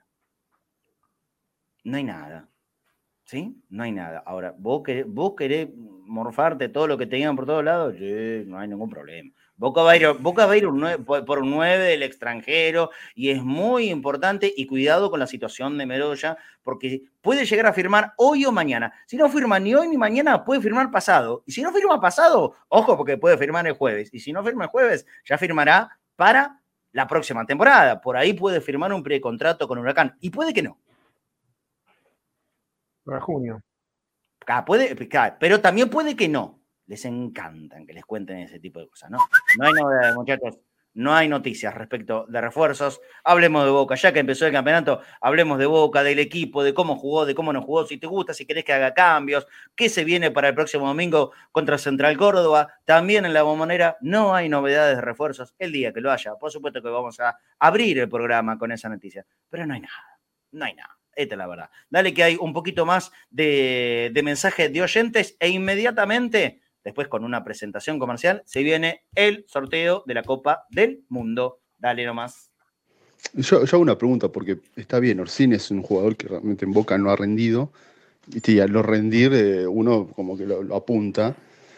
no hay nada. ¿Sí? No hay nada. Ahora, vos querés morfarte todo lo que te digan por todos lados, sí, no hay ningún problema. Boca va a ir por un 9 del extranjero y es muy importante y cuidado con la situación de Meroya porque puede llegar a firmar hoy o mañana. Si no firma ni hoy ni mañana, puede firmar pasado. Y si no firma pasado, ojo porque puede firmar el jueves. Y si no firma el jueves, ya firmará para la próxima temporada. Por ahí puede firmar un precontrato con Huracán. Y puede que no. Para junio. Pero también puede que no. Les encantan que les cuenten ese tipo de cosas, ¿no? No hay novedades, muchachos. no hay noticias respecto de refuerzos. Hablemos de Boca, ya que empezó el campeonato, hablemos de Boca, del equipo, de cómo jugó, de cómo no jugó, si te gusta, si querés que haga cambios, qué se viene para el próximo domingo contra Central Córdoba. También en La Bombonera no hay novedades de refuerzos. El día que lo haya, por supuesto que vamos a abrir el programa con esa noticia, pero no hay nada. Esta es la verdad. Dale que hay un poquito más de mensajes de oyentes e inmediatamente, después con una presentación comercial, se viene el sorteo de la Copa del Mundo. Dale nomás. Yo hago una pregunta, porque está bien, Orsini es un jugador que realmente en Boca no ha rendido, y al no rendir uno como que lo apunta,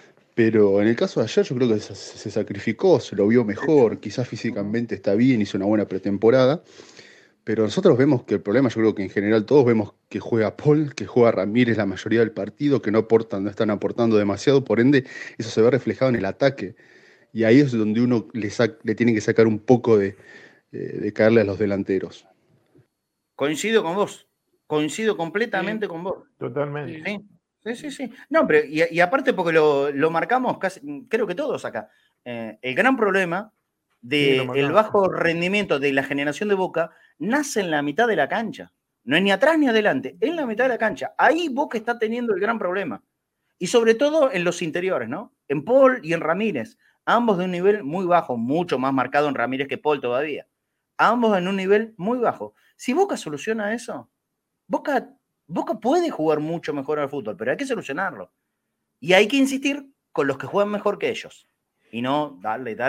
pero en el caso de ayer yo creo que se sacrificó, se lo vio mejor, quizás físicamente está bien, hizo una buena pretemporada. Pero nosotros vemos que el problema, yo creo que en general todos vemos que juega Paul, que juega Ramírez la mayoría del partido, que no están aportando demasiado, por ende eso se ve reflejado en el ataque. Y ahí es donde uno le tiene que sacar un poco de caerle a los delanteros. Coincido con vos, coincido completamente con vos. Totalmente. Sí. No, pero y aparte porque lo marcamos casi, creo que todos acá. El gran problema del bajo rendimiento de la generación de Boca nace en la mitad de la cancha. No es ni atrás ni adelante, es en la mitad de la cancha. Ahí Boca está teniendo el gran problema. Y sobre todo en los interiores, ¿no? En Paul y en Ramírez. Ambos de un nivel muy bajo, mucho más marcado en Ramírez que Paul todavía. Ambos en un nivel muy bajo. Si Boca soluciona eso, Boca puede jugar mucho mejor al fútbol, pero hay que solucionarlo. Y hay que insistir con los que juegan mejor que ellos. Y no,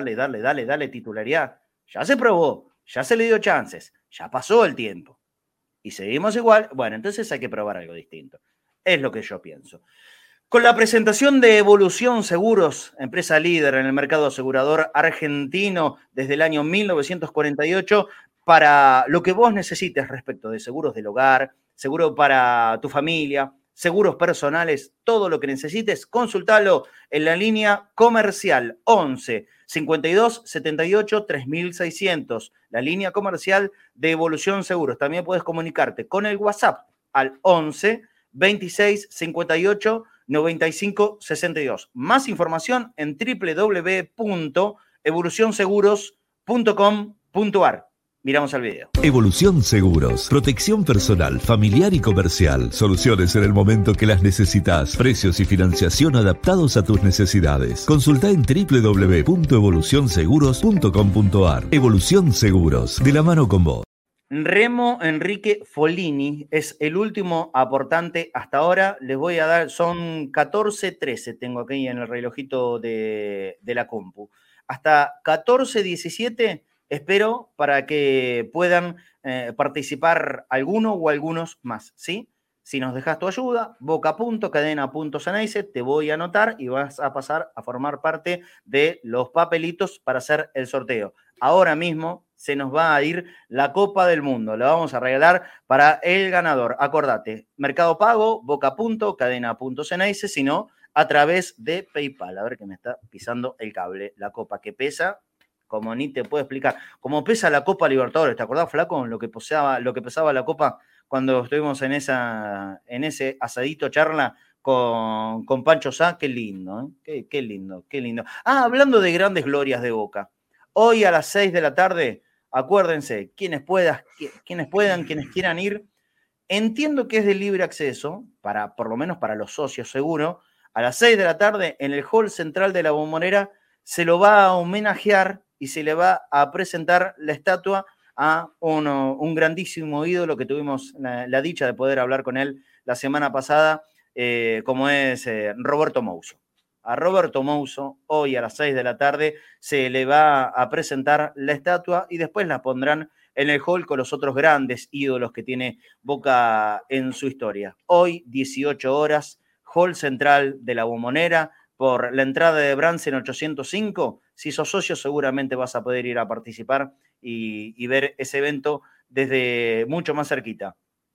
dale titularidad. Ya se probó, ya se le dio chances, ya pasó el tiempo. Y seguimos igual, bueno, entonces hay que probar algo distinto. Es lo que yo pienso. Con la presentación de Evolución Seguros, empresa líder en el mercado asegurador argentino desde el año 1948, para lo que vos necesites respecto de seguros del hogar, seguro para tu familia, seguros personales, todo lo que necesites, consultalo en la línea comercial 11 52 78 3600, la línea comercial de Evolución Seguros. También puedes comunicarte con el WhatsApp al 11 26 58 95 62. Más información en www.evolucionseguros.com.ar. Miramos al video. Evolución Seguros. Protección personal, familiar y comercial. Soluciones en el momento que las necesitas. Precios y financiación adaptados a tus necesidades. Consulta en www.evolucionseguros.com.ar. Evolución Seguros. De la mano con vos. Remo Enrique Folini es el último aportante hasta ahora. Les voy a dar, son 14:13, tengo aquí en el relojito de la compu. Hasta 14:17 espero para que puedan participar alguno o algunos más, ¿sí? Si nos dejas tu ayuda, boca.cadena.ceneice, te voy a anotar y vas a pasar a formar parte de los papelitos para hacer el sorteo. Ahora mismo se nos va a ir la Copa del Mundo. La vamos a regalar para el ganador. Acordate, Mercado Pago, boca.cadena.ceneice, sino a través de PayPal. A ver que me está pisando el cable. La copa que pesa, como ni te puedo explicar. Como pesa la Copa Libertadores. ¿Te acordás, Flaco? Lo que pesaba la Copa cuando estuvimos en ese asadito charla con Pancho Sá. Qué lindo, ¿eh? Qué lindo. Ah, hablando de grandes glorias de Boca. Hoy a las 6 de la tarde, acuérdense, quienes puedan, quienes quieran ir, entiendo que es de libre acceso, por lo menos para los socios seguro, a las 6 de la tarde en el hall central de La Bombonera se lo va a homenajear y se le va a presentar la estatua a un grandísimo ídolo que tuvimos la dicha de poder hablar con él la semana pasada, como es Roberto Mouso. A Roberto Mouso, hoy a las 6 de la tarde, se le va a presentar la estatua y después la pondrán en el hall con los otros grandes ídolos que tiene Boca en su historia. Hoy, 18 horas, hall central de La Bombonera, por la entrada de Bransen 805. Si sos socio, seguramente vas a poder ir a participar y ver ese evento desde mucho más cerquita.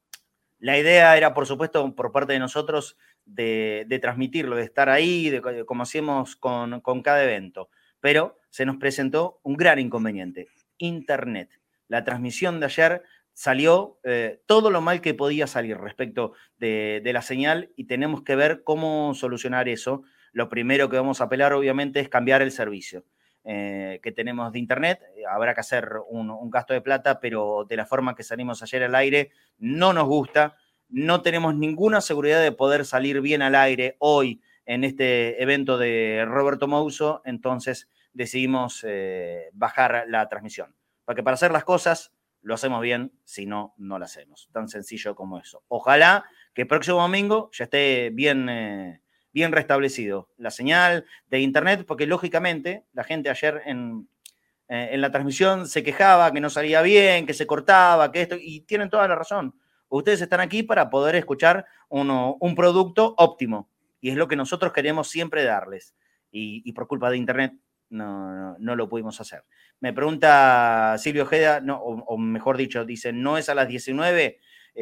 La idea era, por supuesto, por parte de nosotros, de transmitirlo, de estar ahí, como hacemos con cada evento. Pero se nos presentó un gran inconveniente: Internet. La transmisión de ayer salió todo lo mal que podía salir respecto de la señal y tenemos que ver cómo solucionar eso. Lo primero que vamos a apelar, obviamente, es cambiar el servicio. que tenemos de internet. Habrá que hacer un gasto de plata, pero de la forma que salimos ayer al aire no nos gusta. No tenemos ninguna seguridad de poder salir bien al aire hoy en este evento de Roberto Mouso, entonces decidimos bajar la transmisión. Porque para hacer las cosas lo hacemos bien, si no, no lo hacemos. Tan sencillo como eso. Ojalá que el próximo domingo ya esté bien restablecido la señal de internet, porque lógicamente la gente ayer en la transmisión se quejaba que no salía bien, que se cortaba, que esto, y tienen toda la razón. Ustedes están aquí para poder escuchar un producto óptimo, y es lo que nosotros queremos siempre darles. Y por culpa de internet no lo pudimos hacer. Me pregunta Silvio Ojeda, o mejor dicho, dice, ¿no es a las 19?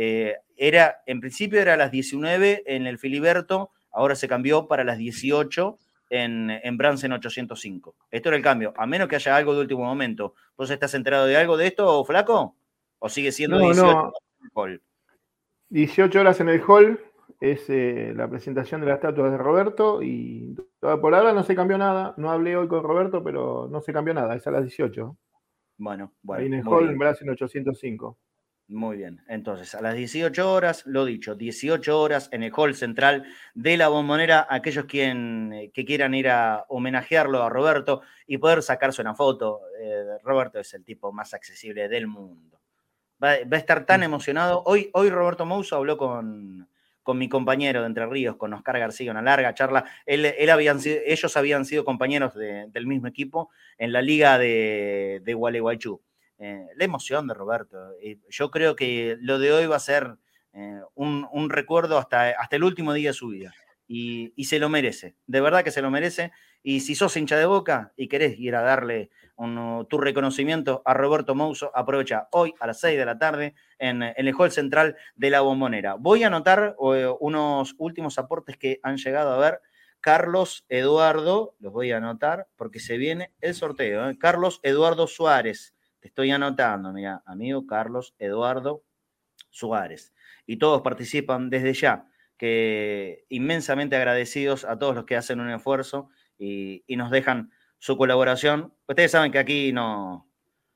En principio era a las 19 en el Filiberto, ahora se cambió para las 18 en Bransen 805. Esto era el cambio, a menos que haya algo de último momento. ¿Vos estás enterado de algo de esto, Flaco? ¿O sigue siendo 18 horas en el hall? 18 horas en el hall es la presentación de las estatuas de Roberto y por ahora no se cambió nada. No hablé hoy con Roberto, pero no se cambió nada, es a las 18. Bueno. Ahí en el hall, en Bransen 805. Muy bien, entonces a las 18 horas, lo dicho, 18 horas en el hall central de La Bombonera, aquellos que quieran ir a homenajearlo a Roberto y poder sacarse una foto. Roberto es el tipo más accesible del mundo. Va a estar tan emocionado. Hoy Roberto Mouso habló con mi compañero de Entre Ríos, con Oscar García, una larga charla. Ellos habían sido compañeros del mismo equipo en la liga de Gualeguaychú. La emoción de Roberto. Yo creo que lo de hoy va a ser un recuerdo hasta el último día de su vida. Y se lo merece, de verdad que se lo merece. Y si sos hincha de Boca y querés ir a darle tu reconocimiento a Roberto Mouso, aprovecha hoy a las 6 de la tarde en el hall central de La Bombonera. Voy a anotar unos últimos aportes que han llegado a ver. Carlos Eduardo, los voy a anotar porque se viene el sorteo. Carlos Eduardo Suárez. Te estoy anotando, mira, amigo Carlos Eduardo Suárez. Y todos participan desde ya, que inmensamente agradecidos a todos los que hacen un esfuerzo y nos dejan su colaboración. Ustedes saben que aquí no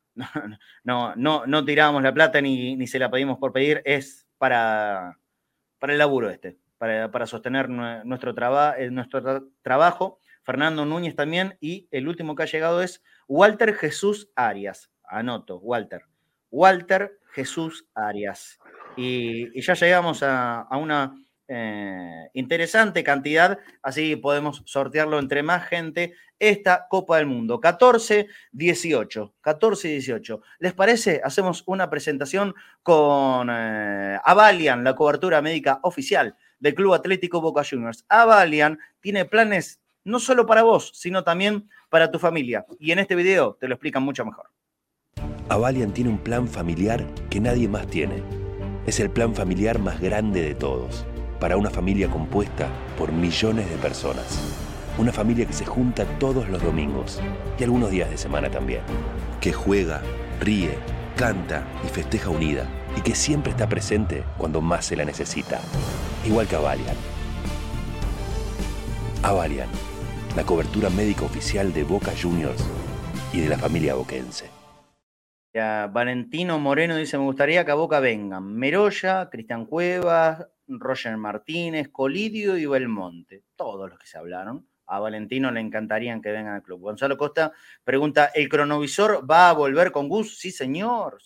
tiramos la plata ni se la pedimos por pedir, es para el laburo para sostener nuestro trabajo. Fernando Núñez también, y el último que ha llegado es Walter Jesús Arias. Anoto, Walter Jesús Arias. Y ya llegamos a una interesante cantidad, así podemos sortearlo entre más gente, esta Copa del Mundo. 14-18. ¿Les parece? Hacemos una presentación con Avalian, la cobertura médica oficial del Club Atlético Boca Juniors. Avalian tiene planes no solo para vos, sino también para tu familia. Y en este video te lo explican mucho mejor. Avalian tiene un plan familiar que nadie más tiene. Es el plan familiar más grande de todos, para una familia compuesta por millones de personas. Una familia que se junta todos los domingos y algunos días de semana también. Que juega, ríe, canta y festeja unida, y que siempre está presente cuando más se la necesita. Igual que Avalian. Avalian, la cobertura médica oficial de Boca Juniors y de la familia boquense. Valentino Moreno dice, me gustaría que a Boca vengan Meroya, Cristian Cuevas, Roger Martínez, Colidio y Belmonte. Todos los que se hablaron. A Valentino le encantarían que vengan al club. Gonzalo Costa pregunta, ¿el cronovisor va a volver con Gus? Sí, señor.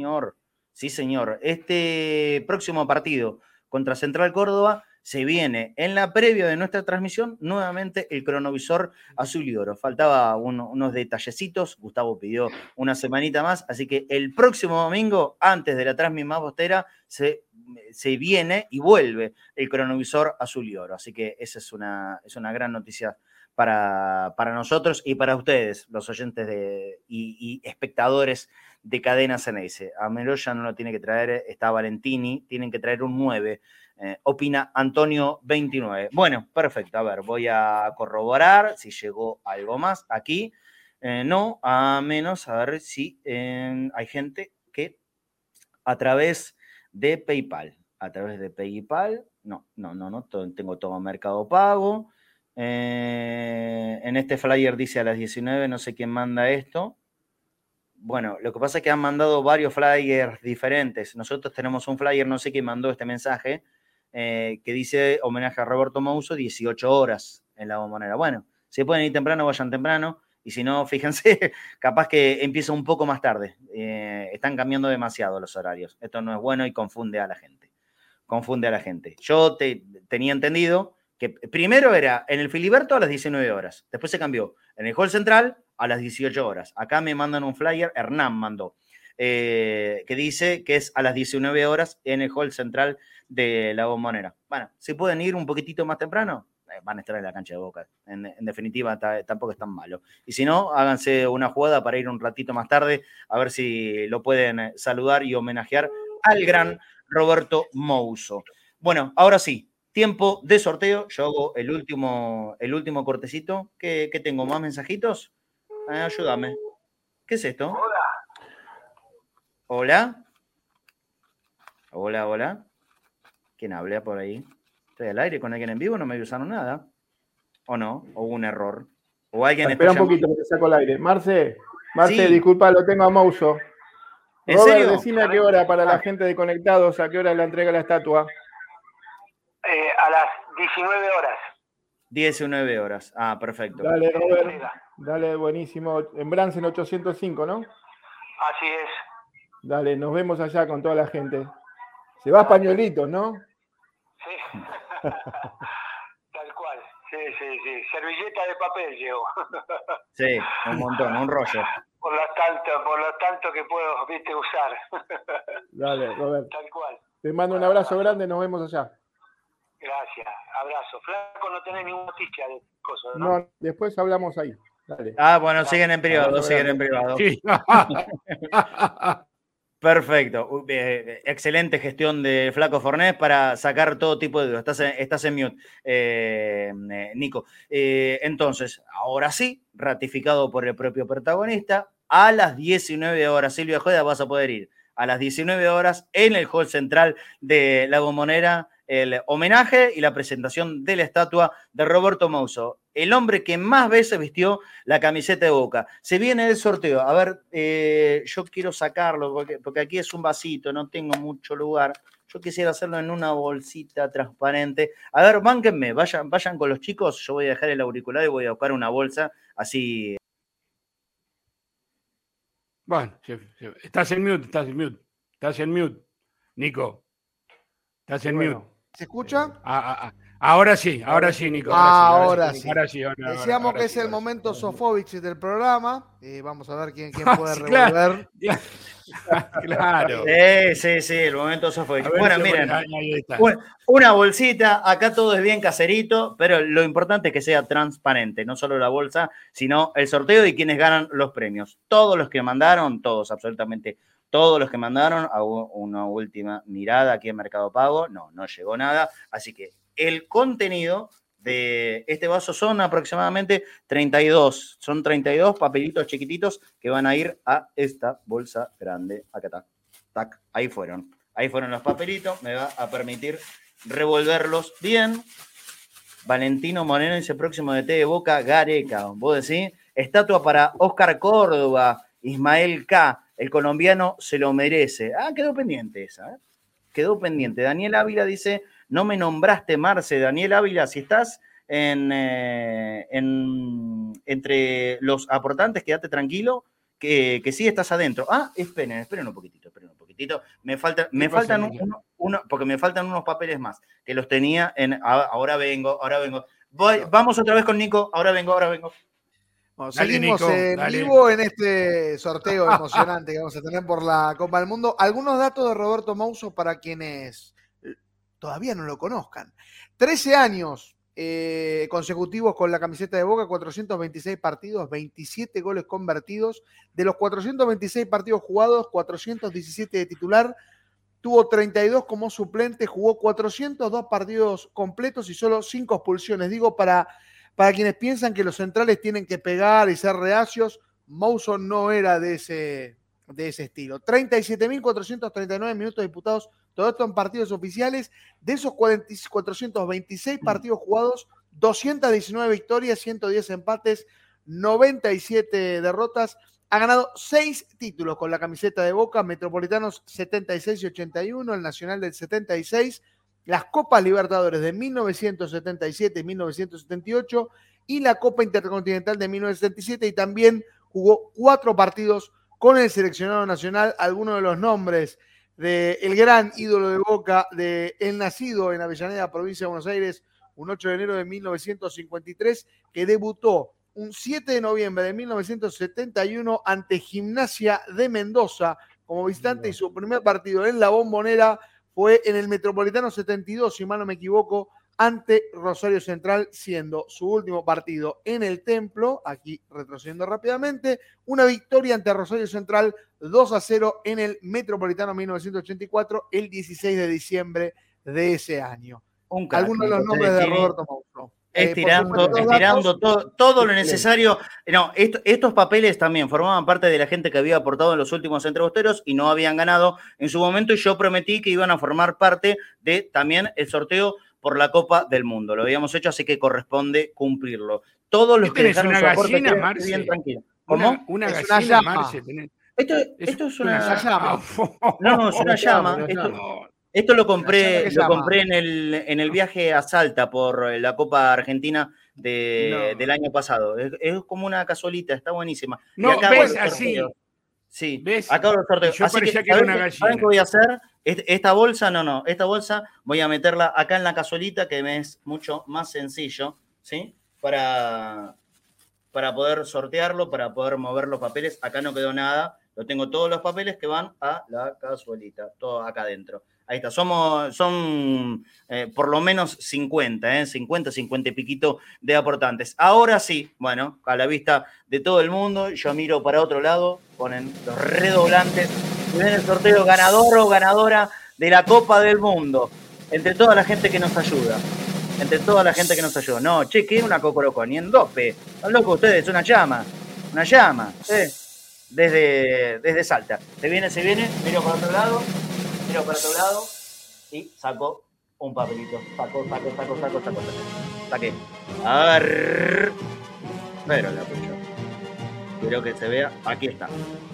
Este próximo partido contra Central Córdoba se viene en la previa de nuestra transmisión nuevamente el cronovisor azul y oro. Faltaba unos detallecitos, Gustavo pidió una semanita más, así que el próximo domingo, antes de la transmisión más postera, se viene y vuelve el cronovisor azul y oro. Así que esa es una gran noticia para nosotros y para ustedes, los oyentes y espectadores de Cadena Ceneice. A Meroya no lo tiene que traer, está Valentini, tienen que traer un 9. Opina Antonio 29. Bueno, perfecto. A ver, voy a corroborar si llegó algo más aquí. No, a menos, a ver si hay gente que a través de PayPal. No, tengo todo Mercado Pago. En este flyer dice a las 19, no sé quién manda esto. Bueno, lo que pasa es que han mandado varios flyers diferentes. Nosotros tenemos un flyer, no sé quién mandó este mensaje, que dice homenaje a Roberto Mouso, 18 horas en la Bombonera. Bueno, si pueden ir temprano, vayan temprano. Y si no, fíjense, capaz que empieza un poco más tarde. Están cambiando demasiado los horarios. Esto no es bueno y confunde a la gente. Yo tenía entendido que primero era en el Filiberto a las 19 horas. Después se cambió en el Hall Central a las 18 horas. Acá me mandan un flyer, Hernán mandó, que dice que es a las 19 horas en el Hall Central de la Bombonera. Bueno, si pueden ir un poquitito más temprano, van a estar en la cancha de Boca. En definitiva, tampoco es tan malo. Y si no, háganse una jugada para ir un ratito más tarde, a ver si lo pueden saludar y homenajear al gran Roberto Mouso. Bueno, ahora sí, tiempo de sorteo. Yo hago el último cortecito. ¿Qué tengo? ¿Más mensajitos? Ayúdame. ¿Qué es esto? Hola. Hola. ¿Quién habla por ahí? Estoy al aire con alguien en vivo, no me avisaron nada. ¿O no? ¿O hubo un error? ¿O alguien Espera un poquito que te saco el aire. Marce, Sí. disculpa, lo tengo a Mouso. ¿En Robert, serio? decime a qué hora para la gente de Conectados, a qué hora la entrega la estatua. A las 19 horas. 19 horas. Ah, perfecto. Dale, Robert. Dale, buenísimo. En Bransen 805, ¿no? Así es. Dale, nos vemos allá con toda la gente. Se va pañuelitos, ¿no? Sí. Tal cual. Sí. Servilleta de papel llevo. Sí, un montón, un rollo. Por lo tanto que puedo, usar. Dale, Robert. Tal cual. Te mando un abrazo grande, nos vemos allá. Gracias, abrazo. Flaco, no tenés ninguna noticia de cosas, ¿no? No, después hablamos ahí. Dale. Bueno, siguen en privado, Sí. Perfecto. Excelente gestión de Flaco Fornés para sacar todo tipo de dudas. Estás en mute, Nico. Entonces, ahora sí, ratificado por el propio protagonista, a las 19 horas, Silvia Jueda, vas a poder ir a las 19 horas en el Hall Central de la Bombonera, el homenaje y la presentación de la estatua de Roberto Mouso, el hombre que más veces vistió la camiseta de Boca. Se viene el sorteo. A ver, yo quiero sacarlo porque aquí es un vasito, no tengo mucho lugar. Yo quisiera hacerlo en una bolsita transparente. A ver, bánquenme, vayan con los chicos. Yo voy a dejar el auricular y voy a buscar una bolsa así. Bueno, estás en mute, Nico. Estás en mute. ¿Se escucha? Ahora sí, Nico. Ahora sí. Decíamos que es el momento Sofovich del programa. Vamos a ver quién puede revolver. Claro. Sí, el momento Sofovich. Bueno, miren, una bolsita, acá todo es bien caserito, pero lo importante es que sea transparente, no solo la bolsa, sino el sorteo y quienes ganan los premios. Todos los que mandaron, absolutamente todos los que mandaron, hago una última mirada aquí en Mercado Pago, no llegó nada, así que el contenido de este vaso son aproximadamente 32, son 32 papelitos chiquititos que van a ir a esta bolsa grande, acá está, tac, ahí fueron los papelitos, me va a permitir revolverlos bien. Valentino Moreno dice próximo DT de Boca, Gareca, vos decís, estatua para Oscar Córdoba, Ismael K., el colombiano se lo merece. Quedó pendiente esa, Quedó pendiente. Daniel Ávila dice, no me nombraste, Marce. Daniel Ávila, si estás entre los aportantes, quédate tranquilo, que sí estás adentro. Esperen un poquitito. Me faltan porque me faltan unos papeles más, que los tenía en... Ahora vengo. Vamos otra vez con Nico. Ahora vengo. Bueno, seguimos en vivo en este sorteo emocionante que vamos a tener por la Copa del Mundo. Algunos datos de Roberto Mouso para quienes todavía no lo conozcan. 13 años consecutivos con la camiseta de Boca, 426 partidos, 27 goles convertidos. De los 426 partidos jugados, 417 de titular. Tuvo 32 como suplente, jugó 402 partidos completos y solo 5 expulsiones. Digo, para quienes piensan que los centrales tienen que pegar y ser reacios, Mouso no era de ese estilo. 37.439 minutos disputados, todo esto en partidos oficiales. De esos 426 partidos jugados, 219 victorias, 110 empates, 97 derrotas. Ha ganado 6 títulos con la camiseta de Boca, Metropolitanos 76 y 81, el Nacional del 76, las Copas Libertadores de 1977 y 1978 y la Copa Intercontinental de 1977, y también jugó 4 partidos con el seleccionado nacional. Algunos de los nombres del gran ídolo de Boca, el nacido en Avellaneda, provincia de Buenos Aires, un 8 de enero de 1953, que debutó un 7 de noviembre de 1971 ante Gimnasia de Mendoza como visitante, y su primer partido en la Bombonera fue en el Metropolitano 72, si mal no me equivoco, ante Rosario Central, siendo su último partido en el Templo, aquí retrocediendo rápidamente, una victoria ante Rosario Central 2-0 en el Metropolitano 1984, el 16 de diciembre de ese año. Algunos de los nombres de Roberto Mousso. Estirando todo lo necesario. No, estos papeles también formaban parte de la gente que había aportado en los últimos entrebosteros y no habían ganado en su momento, y yo prometí que iban a formar parte de también el sorteo por la Copa del Mundo. Lo habíamos hecho, así que corresponde cumplirlo. Todos los que dejaron su aporte, bien tranquilo. ¿Cómo? Una es gallina, una llama. Marce. Esto es una llama. No, es una llama. Esto lo compré en el viaje a Salta por la Copa Argentina del año pasado. Es como una cazuelita, está buenísima. No, y acá ves así. Sí, ¿ves? acá los sorteos. Yo Así parecía que ¿saben era una gallina? ¿Saben qué voy a hacer? Esta bolsa, esta bolsa voy a meterla acá en la cazuelita, que me es mucho más sencillo, ¿sí? Para poder sortearlo, para poder mover los papeles. Acá no quedó nada. Yo tengo todos los papeles que van a la cazuelita, todo acá adentro. Ahí está, son por lo menos 50, 50 y piquito de aportantes. Ahora sí, bueno, a la vista de todo el mundo, yo miro para otro lado, ponen los redoblantes, y ven el sorteo ganador o ganadora de la Copa del Mundo, entre toda la gente que nos ayuda. No, che, que una Cocoroco, ni en dope. Están locos ustedes, una llama. Desde Salta. Se viene, miro para otro lado y saco un papelito. Saqué. A ver. Pero la pucho. Quiero que se vea. Aquí está.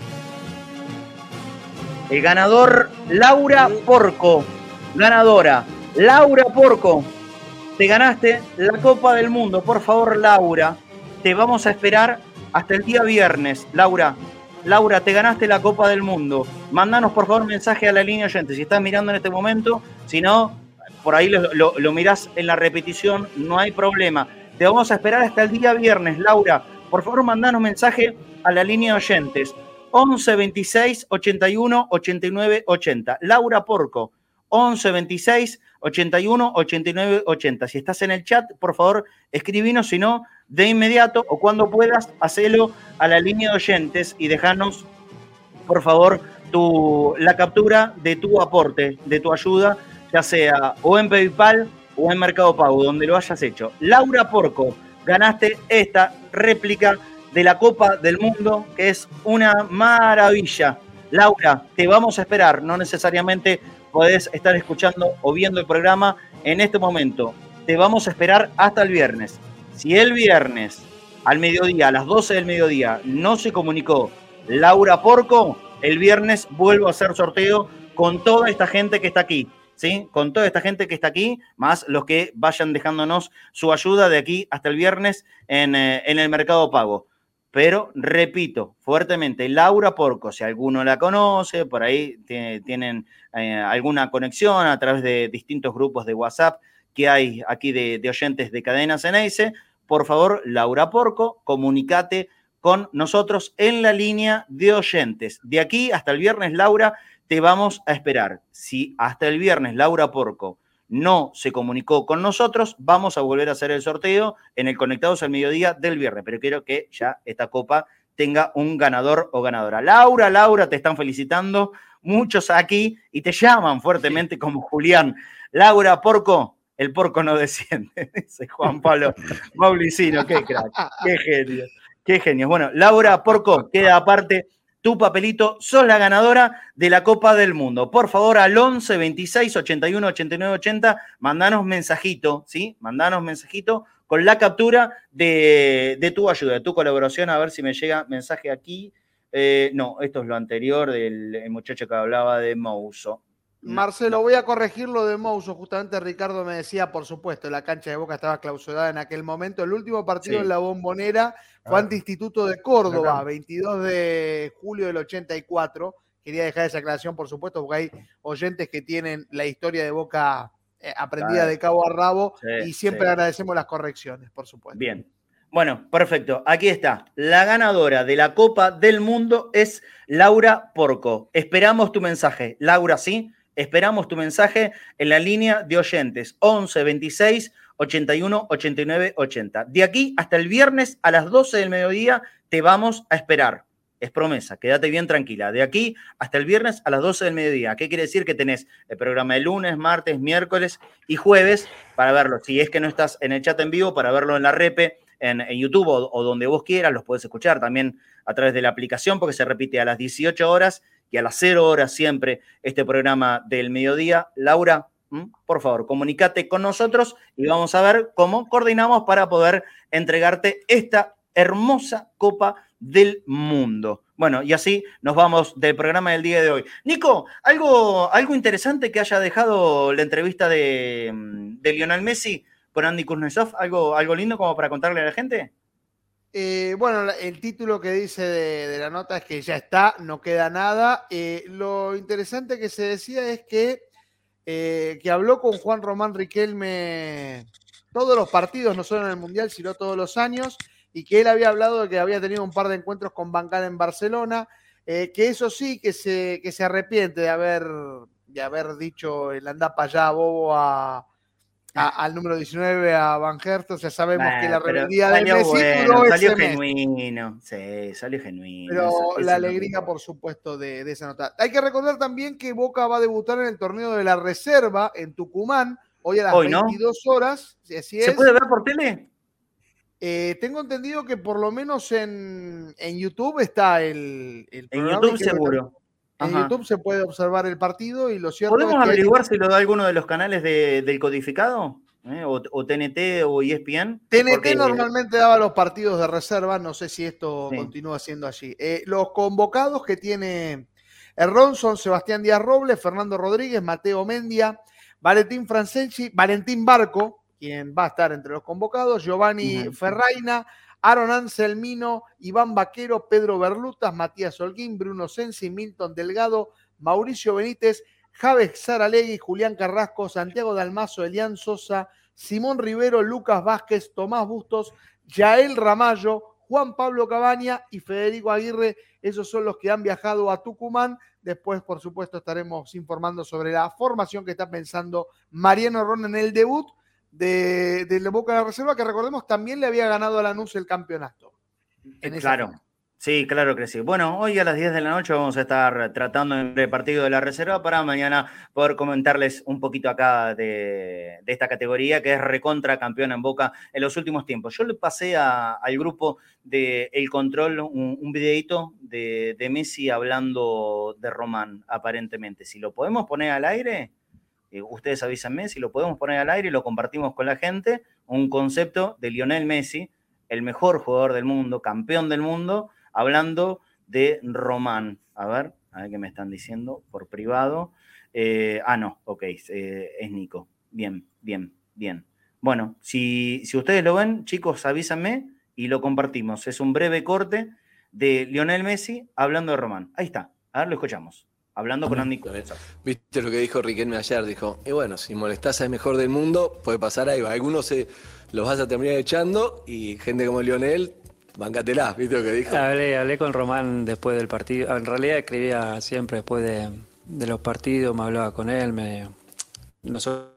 El ganador, Laura Porco. Ganadora, Laura Porco. Te ganaste la Copa del Mundo. Por favor, Laura, te vamos a esperar hasta el día viernes. Laura, te ganaste la Copa del Mundo. Mándanos, por favor, mensaje a la línea oyente. Si estás mirando en este momento, si no, por ahí lo mirás en la repetición, no hay problema. Te vamos a esperar hasta el día viernes, Laura. Por favor, mandanos mensaje a la línea oyentes. 11 26 81 89 80. Laura Porco. 11 26 81 89 80. Si estás en el chat, por favor, escribinos, si no, de inmediato o cuando puedas, hacelo a la línea de oyentes y dejanos, por favor, la captura de tu aporte, de tu ayuda, ya sea o en PayPal o en Mercado Pago, donde lo hayas hecho. Laura Porco, ganaste esta réplica de la Copa del Mundo, que es una maravilla. Laura, te vamos a esperar, no necesariamente podés estar escuchando o viendo el programa en este momento. Te vamos a esperar hasta el viernes. Si el viernes al mediodía, a las 12 del mediodía, no se comunicó Laura Porco, el viernes vuelvo a hacer sorteo con toda esta gente que está aquí, ¿sí? Con toda esta gente que está aquí, más los que vayan dejándonos su ayuda de aquí hasta el viernes en el Mercado Pago. Pero, repito, fuertemente, Laura Porco, si alguno la conoce, por ahí tienen alguna conexión a través de distintos grupos de WhatsApp que hay aquí de oyentes de Cadena Ceneice, por favor, Laura Porco, comunícate con nosotros en la línea de oyentes. De aquí hasta el viernes, Laura, te vamos a esperar. Si hasta el viernes Laura Porco no se comunicó con nosotros, vamos a volver a hacer el sorteo en el Conectados al Mediodía del viernes, pero quiero que ya esta copa tenga un ganador o ganadora. Laura, te están felicitando muchos aquí y te llaman fuertemente como Julián. Laura Porco, el porco no desciende, dice Juan Pablo Maulicino, qué crack, qué genio. Bueno, Laura Porco, queda aparte tu papelito, sos la ganadora de la Copa del Mundo. Por favor, al 11 26 81 89 80, mandanos mensajito, ¿sí? Mandanos mensajito con la captura de tu ayuda, de tu colaboración. A ver si me llega mensaje aquí. No, esto es lo anterior del muchacho que hablaba de Mouso. Marcelo, voy a corregir lo de Mouso. Justamente Ricardo me decía, por supuesto, la cancha de Boca estaba clausurada en aquel momento. El último partido en la Bombonera fue ante Instituto de Córdoba, 22 de julio del 84. Quería dejar esa aclaración, por supuesto, porque hay oyentes que tienen la historia de Boca aprendida de cabo a rabo y siempre agradecemos las correcciones, por supuesto. Bien. Bueno, perfecto. Aquí está. La ganadora de la Copa del Mundo es Laura Porco. Esperamos tu mensaje. Laura, ¿sí? Esperamos tu mensaje en la línea de oyentes 11 26 81 89 80. De aquí hasta el viernes a las 12 del mediodía te vamos a esperar. Es promesa, quédate bien tranquila. De aquí hasta el viernes a las 12 del mediodía. ¿Qué quiere decir? Que tenés el programa de lunes, martes, miércoles y jueves para verlo. Si es que no estás en el chat en vivo, para verlo en la repe, en YouTube o donde vos quieras, los podés escuchar también a través de la aplicación, porque se repite a las 18 horas y a las 0 horas siempre este programa del mediodía. Laura, por favor, comunícate con nosotros y vamos a ver cómo coordinamos para poder entregarte esta hermosa Copa del Mundo. Bueno, y así nos vamos del programa del día de hoy. Nico, algo interesante que haya dejado la entrevista de Lionel Messi con Andy Kuznetsov, algo lindo como para contarle a la gente. Bueno, el título que dice de la nota es que ya está, no queda nada. Lo interesante que se decía es que habló con Juan Román Riquelme todos los partidos, no solo en el Mundial, sino todos los años, y que él había hablado de que había tenido un par de encuentros con Van Gaal en Barcelona, que eso sí, que se arrepiente de haber dicho el andá para allá, bobo, al número 19, a Van Herten. O sea, sabemos que la rebeldía de Messi salió genuino. Sí, salió genuino. Pero la alegría, por supuesto, de esa nota. Hay que recordar también que Boca va a debutar en el torneo de la reserva en Tucumán, hoy a las 22 horas. Así ¿Se puede ver por tele? Tengo entendido que por lo menos en YouTube está el programa. En YouTube seguro. En YouTube se puede observar el partido y lo cierto ¿Podemos es que averiguar si lo da alguno de los canales del codificado? ¿O TNT o ESPN? TNT normalmente daba los partidos de reserva, no sé si esto continúa siendo allí. Los convocados que tiene Ronson, Sebastián Díaz Robles, Fernando Rodríguez, Mateo Mendia, Valentín Franceschi, Valentín Barco, quien va a estar entre los convocados, Giovanni Ferraina, Aaron Anselmino, Iván Vaquero, Pedro Berlutas, Matías Holguín, Bruno Sensi, Milton Delgado, Mauricio Benítez, Javes Saralegui, Julián Carrasco, Santiago Dalmazo, Elian Sosa, Simón Rivero, Lucas Vázquez, Tomás Bustos, Yael Ramallo, Juan Pablo Cabaña y Federico Aguirre. Esos son los que han viajado a Tucumán. Después, por supuesto, estaremos informando sobre la formación que está pensando Mariano Ron en el debut de la Boca de la Reserva, que recordemos también le había ganado a Lanús el campeonato. Claro, sí, claro que sí. Bueno, hoy a las 10 de la noche vamos a estar tratando el partido de la Reserva para mañana poder comentarles un poquito acá de esta categoría que es recontra campeona en Boca en los últimos tiempos. Yo le pasé al grupo de El Control un videito de Messi hablando de Román, aparentemente. Si lo podemos poner al aire... ustedes avísenme si lo podemos poner al aire y lo compartimos con la gente, un concepto de Lionel Messi, el mejor jugador del mundo, campeón del mundo, hablando de Román. A ver qué me están diciendo por privado. No, ok, es Nico. Bien. Bueno, si ustedes lo ven, chicos, avísenme y lo compartimos. Es un breve corte de Lionel Messi hablando de Román. Ahí está, a ver, lo escuchamos. Hablando con Andy Kuznetsov. Viste lo que dijo Riquelme ayer, dijo, y bueno, si molestás al mejor del mundo, puede pasar algo. Algunos los vas a terminar echando y gente como Lionel, bancatelás, ¿viste lo que dijo? Hablé con Román después del partido. En realidad escribía siempre después de los partidos, me hablaba con él. Nosotros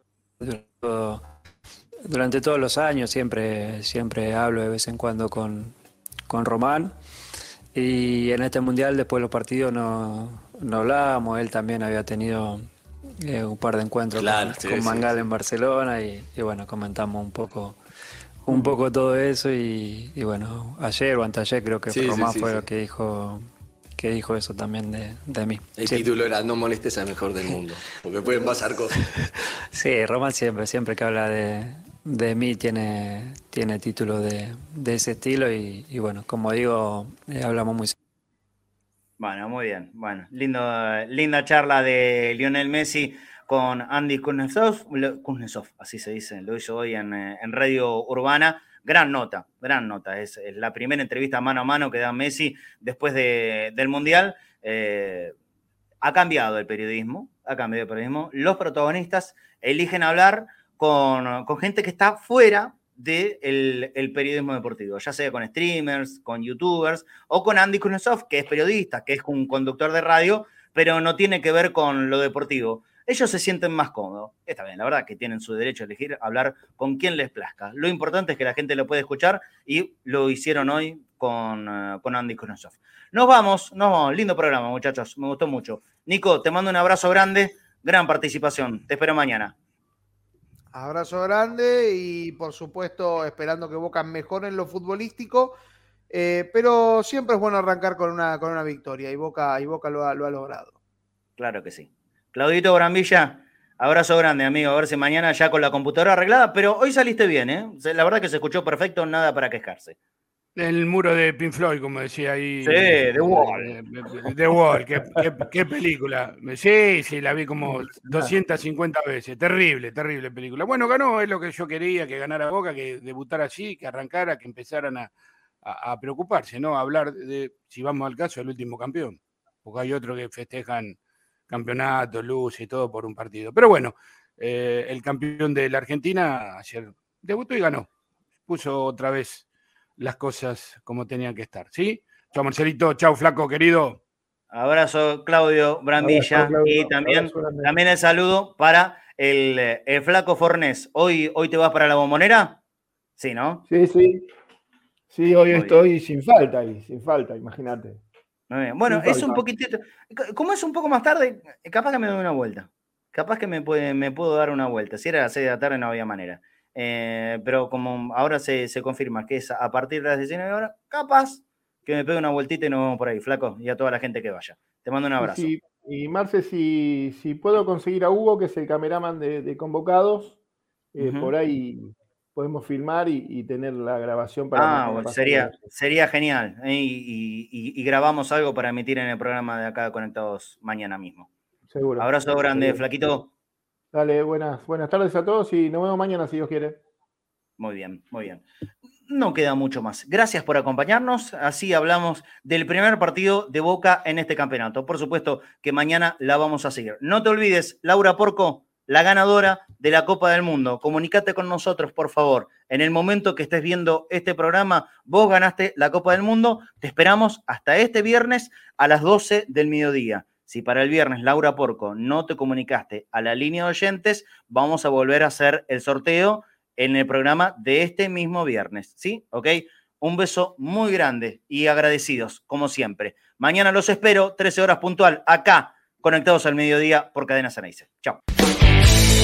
durante todos los años siempre hablo de vez en cuando con Román. Y en este mundial, después de los partidos, no hablábamos. Él también había tenido un par de encuentros con Van Gaal en Barcelona y bueno, comentamos un poco todo eso y bueno, ayer o anteayer creo que Román fue lo que dijo eso también de mí. El título era no molestes al mejor del mundo, porque pueden pasar cosas. Sí, Román siempre que habla de mí tiene título de ese estilo y bueno, como digo, hablamos muy. Bueno, muy bien. Bueno, linda charla de Lionel Messi con Andy Kuznetsov, así se dice, lo hizo hoy en Radio Urbana. Gran nota, es la primera entrevista mano a mano que da Messi después del Mundial. Ha cambiado el periodismo, los protagonistas eligen hablar con gente que está fuera del periodismo deportivo, ya sea con streamers, con youtubers o con Andy Kuznetsov, que es periodista, que es un conductor de radio, pero no tiene que ver con lo deportivo. Ellos se sienten más cómodos. Está bien, la verdad que tienen su derecho a elegir hablar con quien les plazca. Lo importante es que la gente lo puede escuchar y lo hicieron hoy con Andy Kuznetsov. Nos vamos. Lindo programa, muchachos. Me gustó mucho. Nico, te mando un abrazo grande. Gran participación. Te espero mañana. Abrazo grande y, por supuesto, esperando que Boca mejore en lo futbolístico. Pero siempre es bueno arrancar con una victoria y Boca lo ha logrado. Claro que sí. Claudito Brambilla, abrazo grande, amigo. A ver si mañana ya con la computadora arreglada, pero hoy saliste bien, ¿eh? La verdad que se escuchó perfecto, nada para quejarse. El muro de Pink Floyd, como decía ahí. Sí, The Wall. The Wall, qué película. Sí, la vi como 250 veces. Terrible película. Bueno, ganó, es lo que yo quería, que ganara Boca, que debutara así, que arrancara, que empezaran a preocuparse, ¿no? A hablar de, si vamos al caso, el último campeón. Porque hay otros que festejan campeonato, luz y todo por un partido. Pero bueno, el campeón de la Argentina ayer debutó y ganó. Puso otra vez las cosas como tenían que estar, ¿sí? Chao, Marcelito. Chao, Flaco, querido. Abrazo, Claudio Brambilla. Abrazo, Claudio. Y también el saludo para el Flaco Fornés. ¿Hoy te vas para la Bombonera? Sí, ¿no? Sí, hoy estoy sin falta, imagínate. Bueno, es un poquitito, como es un poco más tarde, capaz que me doy una vuelta. Capaz que me puedo dar una vuelta. Si era a las 6 de la tarde no había manera. Pero como ahora se confirma que es a partir de las 19 horas, capaz que me pegue una vueltita y nos vemos por ahí, Flaco, y a toda la gente que vaya. Te mando un abrazo. Sí, y Marce, si puedo conseguir a Hugo, que es el cameraman de Convocados, por ahí podemos filmar y tener la grabación para... bueno, sería genial. Y grabamos algo para emitir en el programa de acá Conectados mañana mismo. Seguro. Abrazo grande, Flaquito. Dale, buenas tardes a todos y nos vemos mañana si Dios quiere. Muy bien. No queda mucho más. Gracias por acompañarnos. Así hablamos del primer partido de Boca en este campeonato. Por supuesto que mañana la vamos a seguir. No te olvides, Laura Porco, la ganadora de la Copa del Mundo. Comunicate con nosotros, por favor. En el momento que estés viendo este programa, vos ganaste la Copa del Mundo. Te esperamos hasta este viernes a las 12 del mediodía. Si para el viernes, Laura Porco, no te comunicaste a la línea de oyentes, vamos a volver a hacer el sorteo en el programa de este mismo viernes, ¿sí? ¿Ok? Un beso muy grande y agradecidos, como siempre. Mañana los espero, 13 horas puntual, acá, Conectados al Mediodía por Cadena Ceneice. Chao.